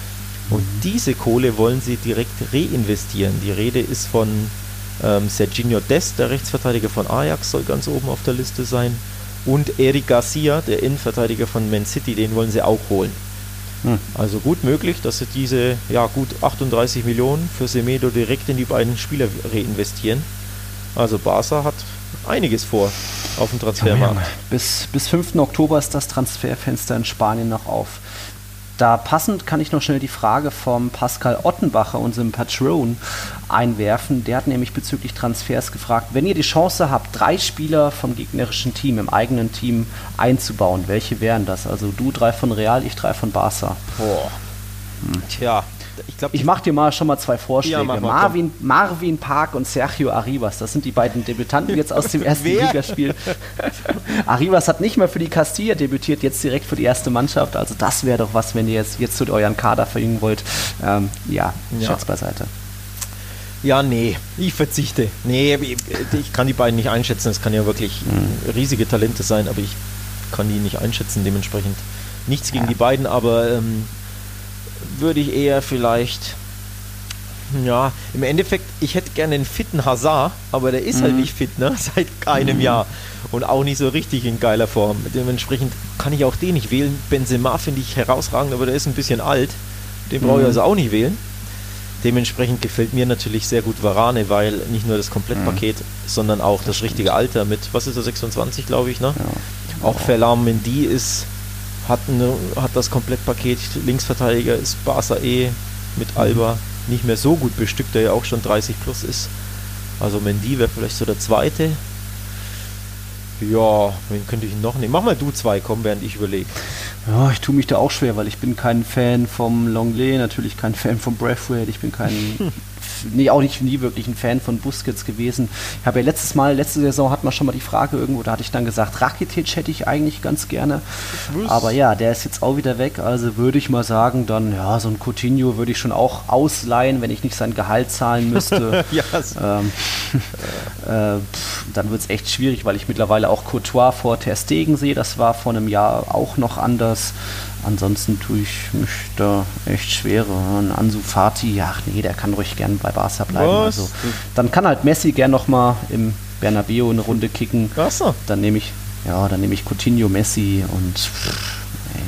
Und diese Kohle wollen sie direkt reinvestieren. Die Rede ist von ähm, Serginho Dest, der Rechtsverteidiger von Ajax, soll ganz oben auf der Liste sein. Und Eric Garcia, der Innenverteidiger von Man City, den wollen sie auch holen. Hm. Also gut möglich, dass sie diese ja, gut achtunddreißig Millionen für Semedo direkt in die beiden Spieler reinvestieren. Also Barca hat einiges vor auf dem Transfermarkt. Ja, bis, bis fünften Oktober ist das Transferfenster in Spanien noch auf. Da passend kann ich noch schnell die Frage vom Pascal Ottenbacher, unserem Patron, einwerfen. Der hat nämlich bezüglich Transfers gefragt, wenn ihr die Chance habt, drei Spieler vom gegnerischen Team im eigenen Team einzubauen, welche wären das? Also du drei von Real, ich drei von Barca. Boah. Hm. Tja. Ich, glaub, ich mache dir mal schon mal zwei Vorschläge. Ja, mal, Marvin, Marvin Park und Sergio Arribas. Das sind die beiden Debütanten jetzt aus dem ersten Ligaspiel. Arribas hat nicht mehr für die Castilla debütiert, jetzt direkt für die erste Mannschaft. Also das wäre doch was, wenn ihr jetzt, jetzt zu euren Kader verjüngen wollt. Ähm, ja, ja, Scherz beiseite. Ja, nee, ich verzichte. Nee, ich kann die beiden nicht einschätzen. Es kann ja wirklich mhm. riesige Talente sein, aber ich kann die nicht einschätzen. Dementsprechend nichts gegen ja. die beiden, aber ähm, würde ich eher vielleicht, ja, im Endeffekt, ich hätte gerne einen fitten Hazard, aber der ist mhm. halt nicht fit, ne, seit einem mhm. Jahr und auch nicht so richtig in geiler Form. Dementsprechend kann ich auch den nicht wählen. Benzema finde ich herausragend, aber der ist ein bisschen alt, den brauche ich also auch nicht wählen. Dementsprechend gefällt mir natürlich sehr gut Varane, weil nicht nur das Komplettpaket, mhm. sondern auch das, das richtige Alter mit, was ist er, sechsundzwanzig, glaube ich, ne? Ja. Auch Ferland Mendy ist Hat, eine, hat das Komplettpaket, Linksverteidiger ist Barca eh mit Alba nicht mehr so gut bestückt, der ja auch schon dreißig plus ist. Also Mendy wäre vielleicht so der zweite. Ja, wen könnte ich noch nehmen? Mach mal du zwei, komm, während ich überlege. Ja, ich tue mich da auch schwer, weil ich bin kein Fan vom Longley, natürlich kein Fan vom Braithwaite, ich bin kein, nee, auch nicht nie wirklich ein Fan von Busquets gewesen. Ich habe ja letztes Mal, letzte Saison hatten wir schon mal die Frage irgendwo, da hatte ich dann gesagt, Rakitic hätte ich eigentlich ganz gerne, aber ja, der ist jetzt auch wieder weg, also würde ich mal sagen, dann, ja, so ein Coutinho würde ich schon auch ausleihen, wenn ich nicht sein Gehalt zahlen müsste. ja, ähm, äh, pff, dann wird es echt schwierig, weil ich mittlerweile auch Courtois vor Ter Stegen sehe, das war vor einem Jahr auch noch anders. Ansonsten tue ich mich da echt schwer. Ein Ansu Fati, ja, nee, der kann ruhig gern bei Barca bleiben. Also, dann kann halt Messi gern nochmal im Bernabeu eine Runde kicken. Ach so. Dann nehme ich, ja, dann nehme ich Coutinho, Messi und äh,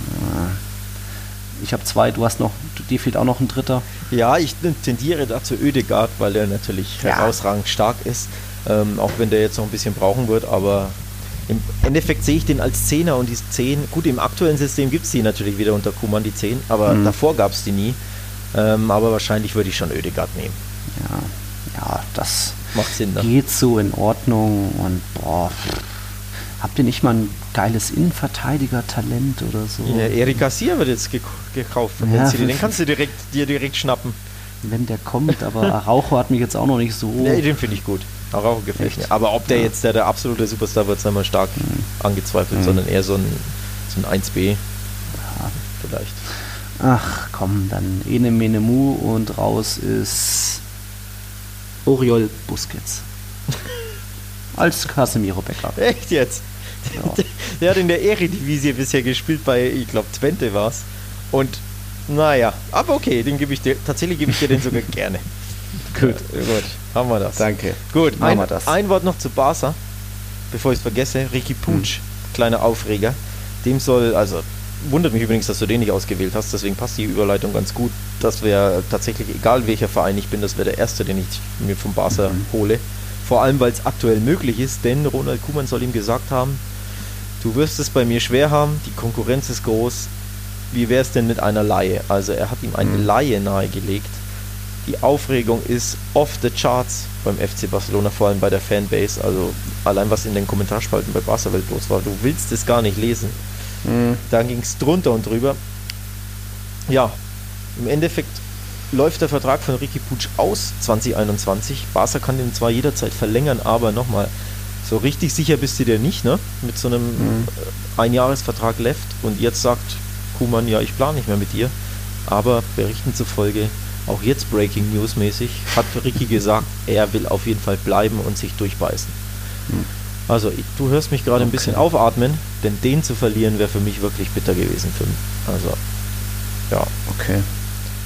ich habe zwei, du hast noch, dir fehlt auch noch ein dritter. Ja, ich tendiere dazu Ødegaard, weil der natürlich ja. herausragend stark ist, ähm, auch wenn der jetzt noch ein bisschen brauchen wird, aber im Endeffekt sehe ich den als Zehner und die zehn, gut, im aktuellen System gibt es die natürlich wieder unter Koeman, die zehn, aber mhm. davor gab es die nie. Ähm, aber wahrscheinlich würde ich schon Ødegaard nehmen. Ja, ja, das macht Sinn, ne? Geht so in Ordnung und boah, habt ihr nicht mal ein geiles Innenverteidiger-Talent oder so? Ja, Eric Garcia wird jetzt gek- gekauft von ja, den kannst du direkt, dir direkt schnappen. Wenn der kommt, aber Araujo hat mich jetzt auch noch nicht so... Nee, den finde ich gut. Araujo gefällt mir. Aber ob der ja. jetzt der, der absolute Superstar wird, sei mal stark mhm. angezweifelt, mhm. sondern eher so ein, so ein eins B. Ja. Vielleicht. Ach komm, dann Ene Mene Mu und raus ist Oriol Busquets. Als Casemiro Backup. Echt jetzt? Ja. Der, der hat in der Eredivisie bisher gespielt bei, ich glaube, Twente war es. Und naja, aber okay, den gebe ich dir, tatsächlich gebe ich dir den sogar gerne. Gut. Ja, gut, haben wir das. Danke. Gut, ein, wir das. ein Wort noch zu Barca, bevor ich es vergesse. Riqui Puig, hm. kleiner Aufreger. Dem soll, also wundert mich übrigens, dass du den nicht ausgewählt hast, deswegen passt die Überleitung ganz gut. Das wäre tatsächlich, egal welcher Verein ich bin, das wäre der erste, den ich mir vom Barca mhm. hole. Vor allem, weil es aktuell möglich ist, denn Ronald Koeman soll ihm gesagt haben, du wirst es bei mir schwer haben, die Konkurrenz ist groß, wie wäre es denn mit einer Leihe? Also er hat ihm eine mhm. Leihe nahegelegt. Die Aufregung ist off the charts beim F C Barcelona, vor allem bei der Fanbase, also allein was in den Kommentarspalten bei Barca-Welt los war, du willst es gar nicht lesen. Mhm. Dann ging es drunter und drüber. Ja, im Endeffekt läuft der Vertrag von Riqui Puig aus zwanzig einundzwanzig. Barca kann den zwar jederzeit verlängern, aber nochmal, so richtig sicher bist du dir nicht, ne? Mit so einem mhm. Einjahresvertrag left und jetzt sagt Koeman, ja, ich plane nicht mehr mit dir. Aber Berichten zufolge, auch jetzt Breaking News mäßig, hat Riqui gesagt, er will auf jeden Fall bleiben und sich durchbeißen. Mhm. Also, ich, du hörst mich gerade okay. ein bisschen aufatmen, denn den zu verlieren wäre für mich wirklich bitter gewesen. Für mich. Also, ja. Okay.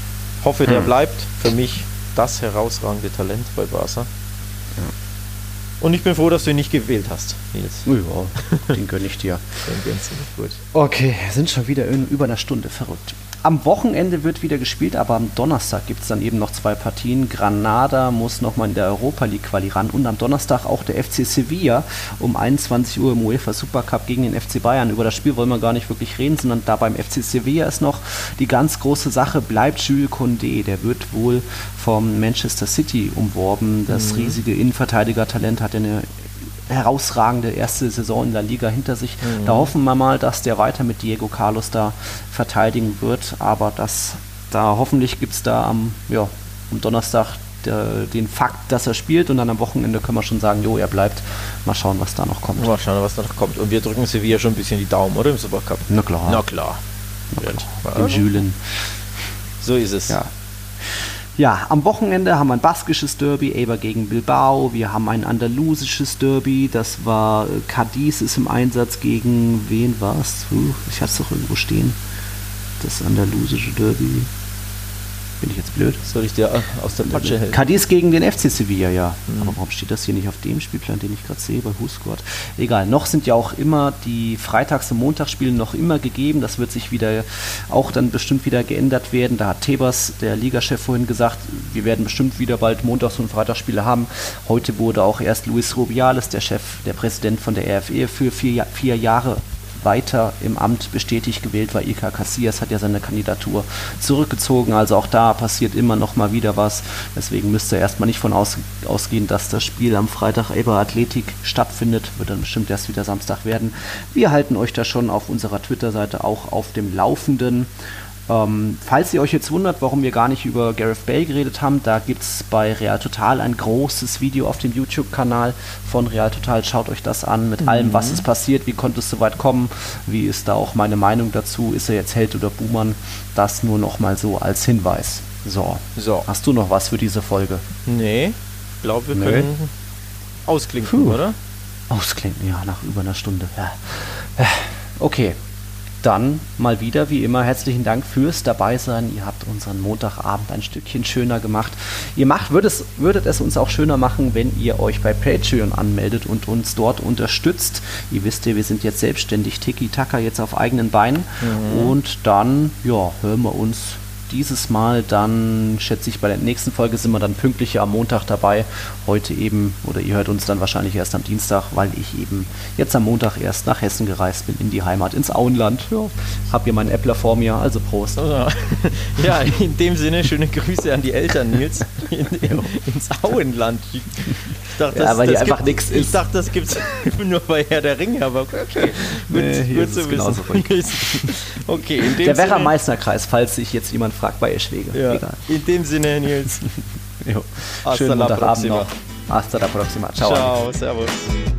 hoffe, der hm. bleibt. Für mich das herausragende Talent bei Barca. Ja. Und ich bin froh, dass du ihn nicht gewählt hast, Nils. Ja, den gönne ich dir. Den gönnst du nicht gut. Okay, sind schon wieder in über einer Stunde, verrückt. Am Wochenende wird wieder gespielt, aber am Donnerstag gibt es dann eben noch zwei Partien. Granada muss nochmal in der Europa League Quali ran und am Donnerstag auch der F C Sevilla um einundzwanzig Uhr im UEFA Supercup gegen den F C Bayern. Über das Spiel wollen wir gar nicht wirklich reden, sondern da beim F C Sevilla ist noch die ganz große Sache, bleibt Jules Koundé. Der wird wohl vom Manchester City umworben. Das mhm. riesige Innenverteidiger-Talent hat eine herausragende erste Saison in der Liga hinter sich. Mhm. Da hoffen wir mal, dass der weiter mit Diego Carlos da verteidigen wird, aber das, da hoffentlich gibt es da am, ja, am Donnerstag der, den Fakt, dass er spielt und dann am Wochenende können wir schon sagen, jo, er bleibt. Mal schauen, was da noch kommt. Mal schauen, was da noch kommt. Und wir drücken Sevilla schon ein bisschen die Daumen, oder? Im Supercup. Na klar. Na klar. Na klar. Dem Julen. So ist es. Ja. Ja, am Wochenende haben wir ein baskisches Derby, Eibar gegen Bilbao. Wir haben ein andalusisches Derby, das war Cadiz ist im Einsatz gegen, wen war es? Uh, ich hatte es doch irgendwo stehen. Das andalusische Derby. Bin ich jetzt blöd? Soll ich dir aus der Patsche helfen? Cadiz gegen den F C Sevilla, ja. Mhm. Aber warum steht das hier nicht auf dem Spielplan, den ich gerade sehe, bei WhoScored? Egal, noch sind ja auch immer die Freitags- und Montagsspiele noch immer gegeben. Das wird sich wieder auch dann bestimmt wieder geändert werden. Da hat Tebas, der Ligachef, vorhin gesagt, wir werden bestimmt wieder bald Montags- und Freitagsspiele haben. Heute wurde auch erst Luis Rubiales, der Chef, der Präsident von der R F E, für vier, vier Jahre weiter im Amt bestätigt gewählt, weil Iker Casillas hat ja seine Kandidatur zurückgezogen, also auch da passiert immer noch mal wieder was, deswegen müsst ihr erstmal nicht von aus, ausgehen, dass das Spiel am Freitag Eibar Athletik stattfindet, wird dann bestimmt erst wieder Samstag werden. Wir halten euch da schon auf unserer Twitter-Seite auch auf dem Laufenden. Ähm, falls ihr euch jetzt wundert, warum wir gar nicht über Gareth Bale geredet haben, da gibt es bei Real Total ein großes Video auf dem YouTube-Kanal von Real Total. Schaut euch das an mit mhm. allem, was ist passiert, wie konnte es so weit kommen, wie ist da auch meine Meinung dazu, ist er jetzt Held oder Buhmann, das nur noch mal so als Hinweis. So, so. Hast du noch was für diese Folge? Nee, ich glaube, wir nee. können ausklinken, Puh. oder? Ausklinken, ja, nach über einer Stunde. Ja. Okay. Dann mal wieder, wie immer, herzlichen Dank fürs Dabeisein. Ihr habt unseren Montagabend ein Stückchen schöner gemacht. Ihr macht, würdet es, würdet es uns auch schöner machen, wenn ihr euch bei Patreon anmeldet und uns dort unterstützt. Ihr wisst ja, wir sind jetzt selbstständig, Tiki-Taka jetzt auf eigenen Beinen. Mhm. Und dann, ja, hören wir uns dieses Mal dann, schätze ich, bei der nächsten Folge sind wir dann pünktlicher am Montag dabei. Heute eben, oder ihr hört uns dann wahrscheinlich erst am Dienstag, weil ich eben jetzt am Montag erst nach Hessen gereist bin, in die Heimat, ins Auenland. Ja, hab hier meinen Äppler vor mir, also Prost. Ja, in dem Sinne, schöne Grüße an die Eltern, Nils, in, in, ins Auenland. Ich dachte, ja, das, weil das hier einfach nichts ist. Ich dachte, das gibt es nur bei Herr der Ringe, aber okay, gut, nee, gut zu wissen. Okay, in dem der Sinne, Werra-Meißner-Kreis, falls sich jetzt jemand fragt bei Eschwege. Ja, egal. In dem Sinne, Nils. Schönen Montagabend noch. Hasta la próxima. Ciao. Ciao, servus.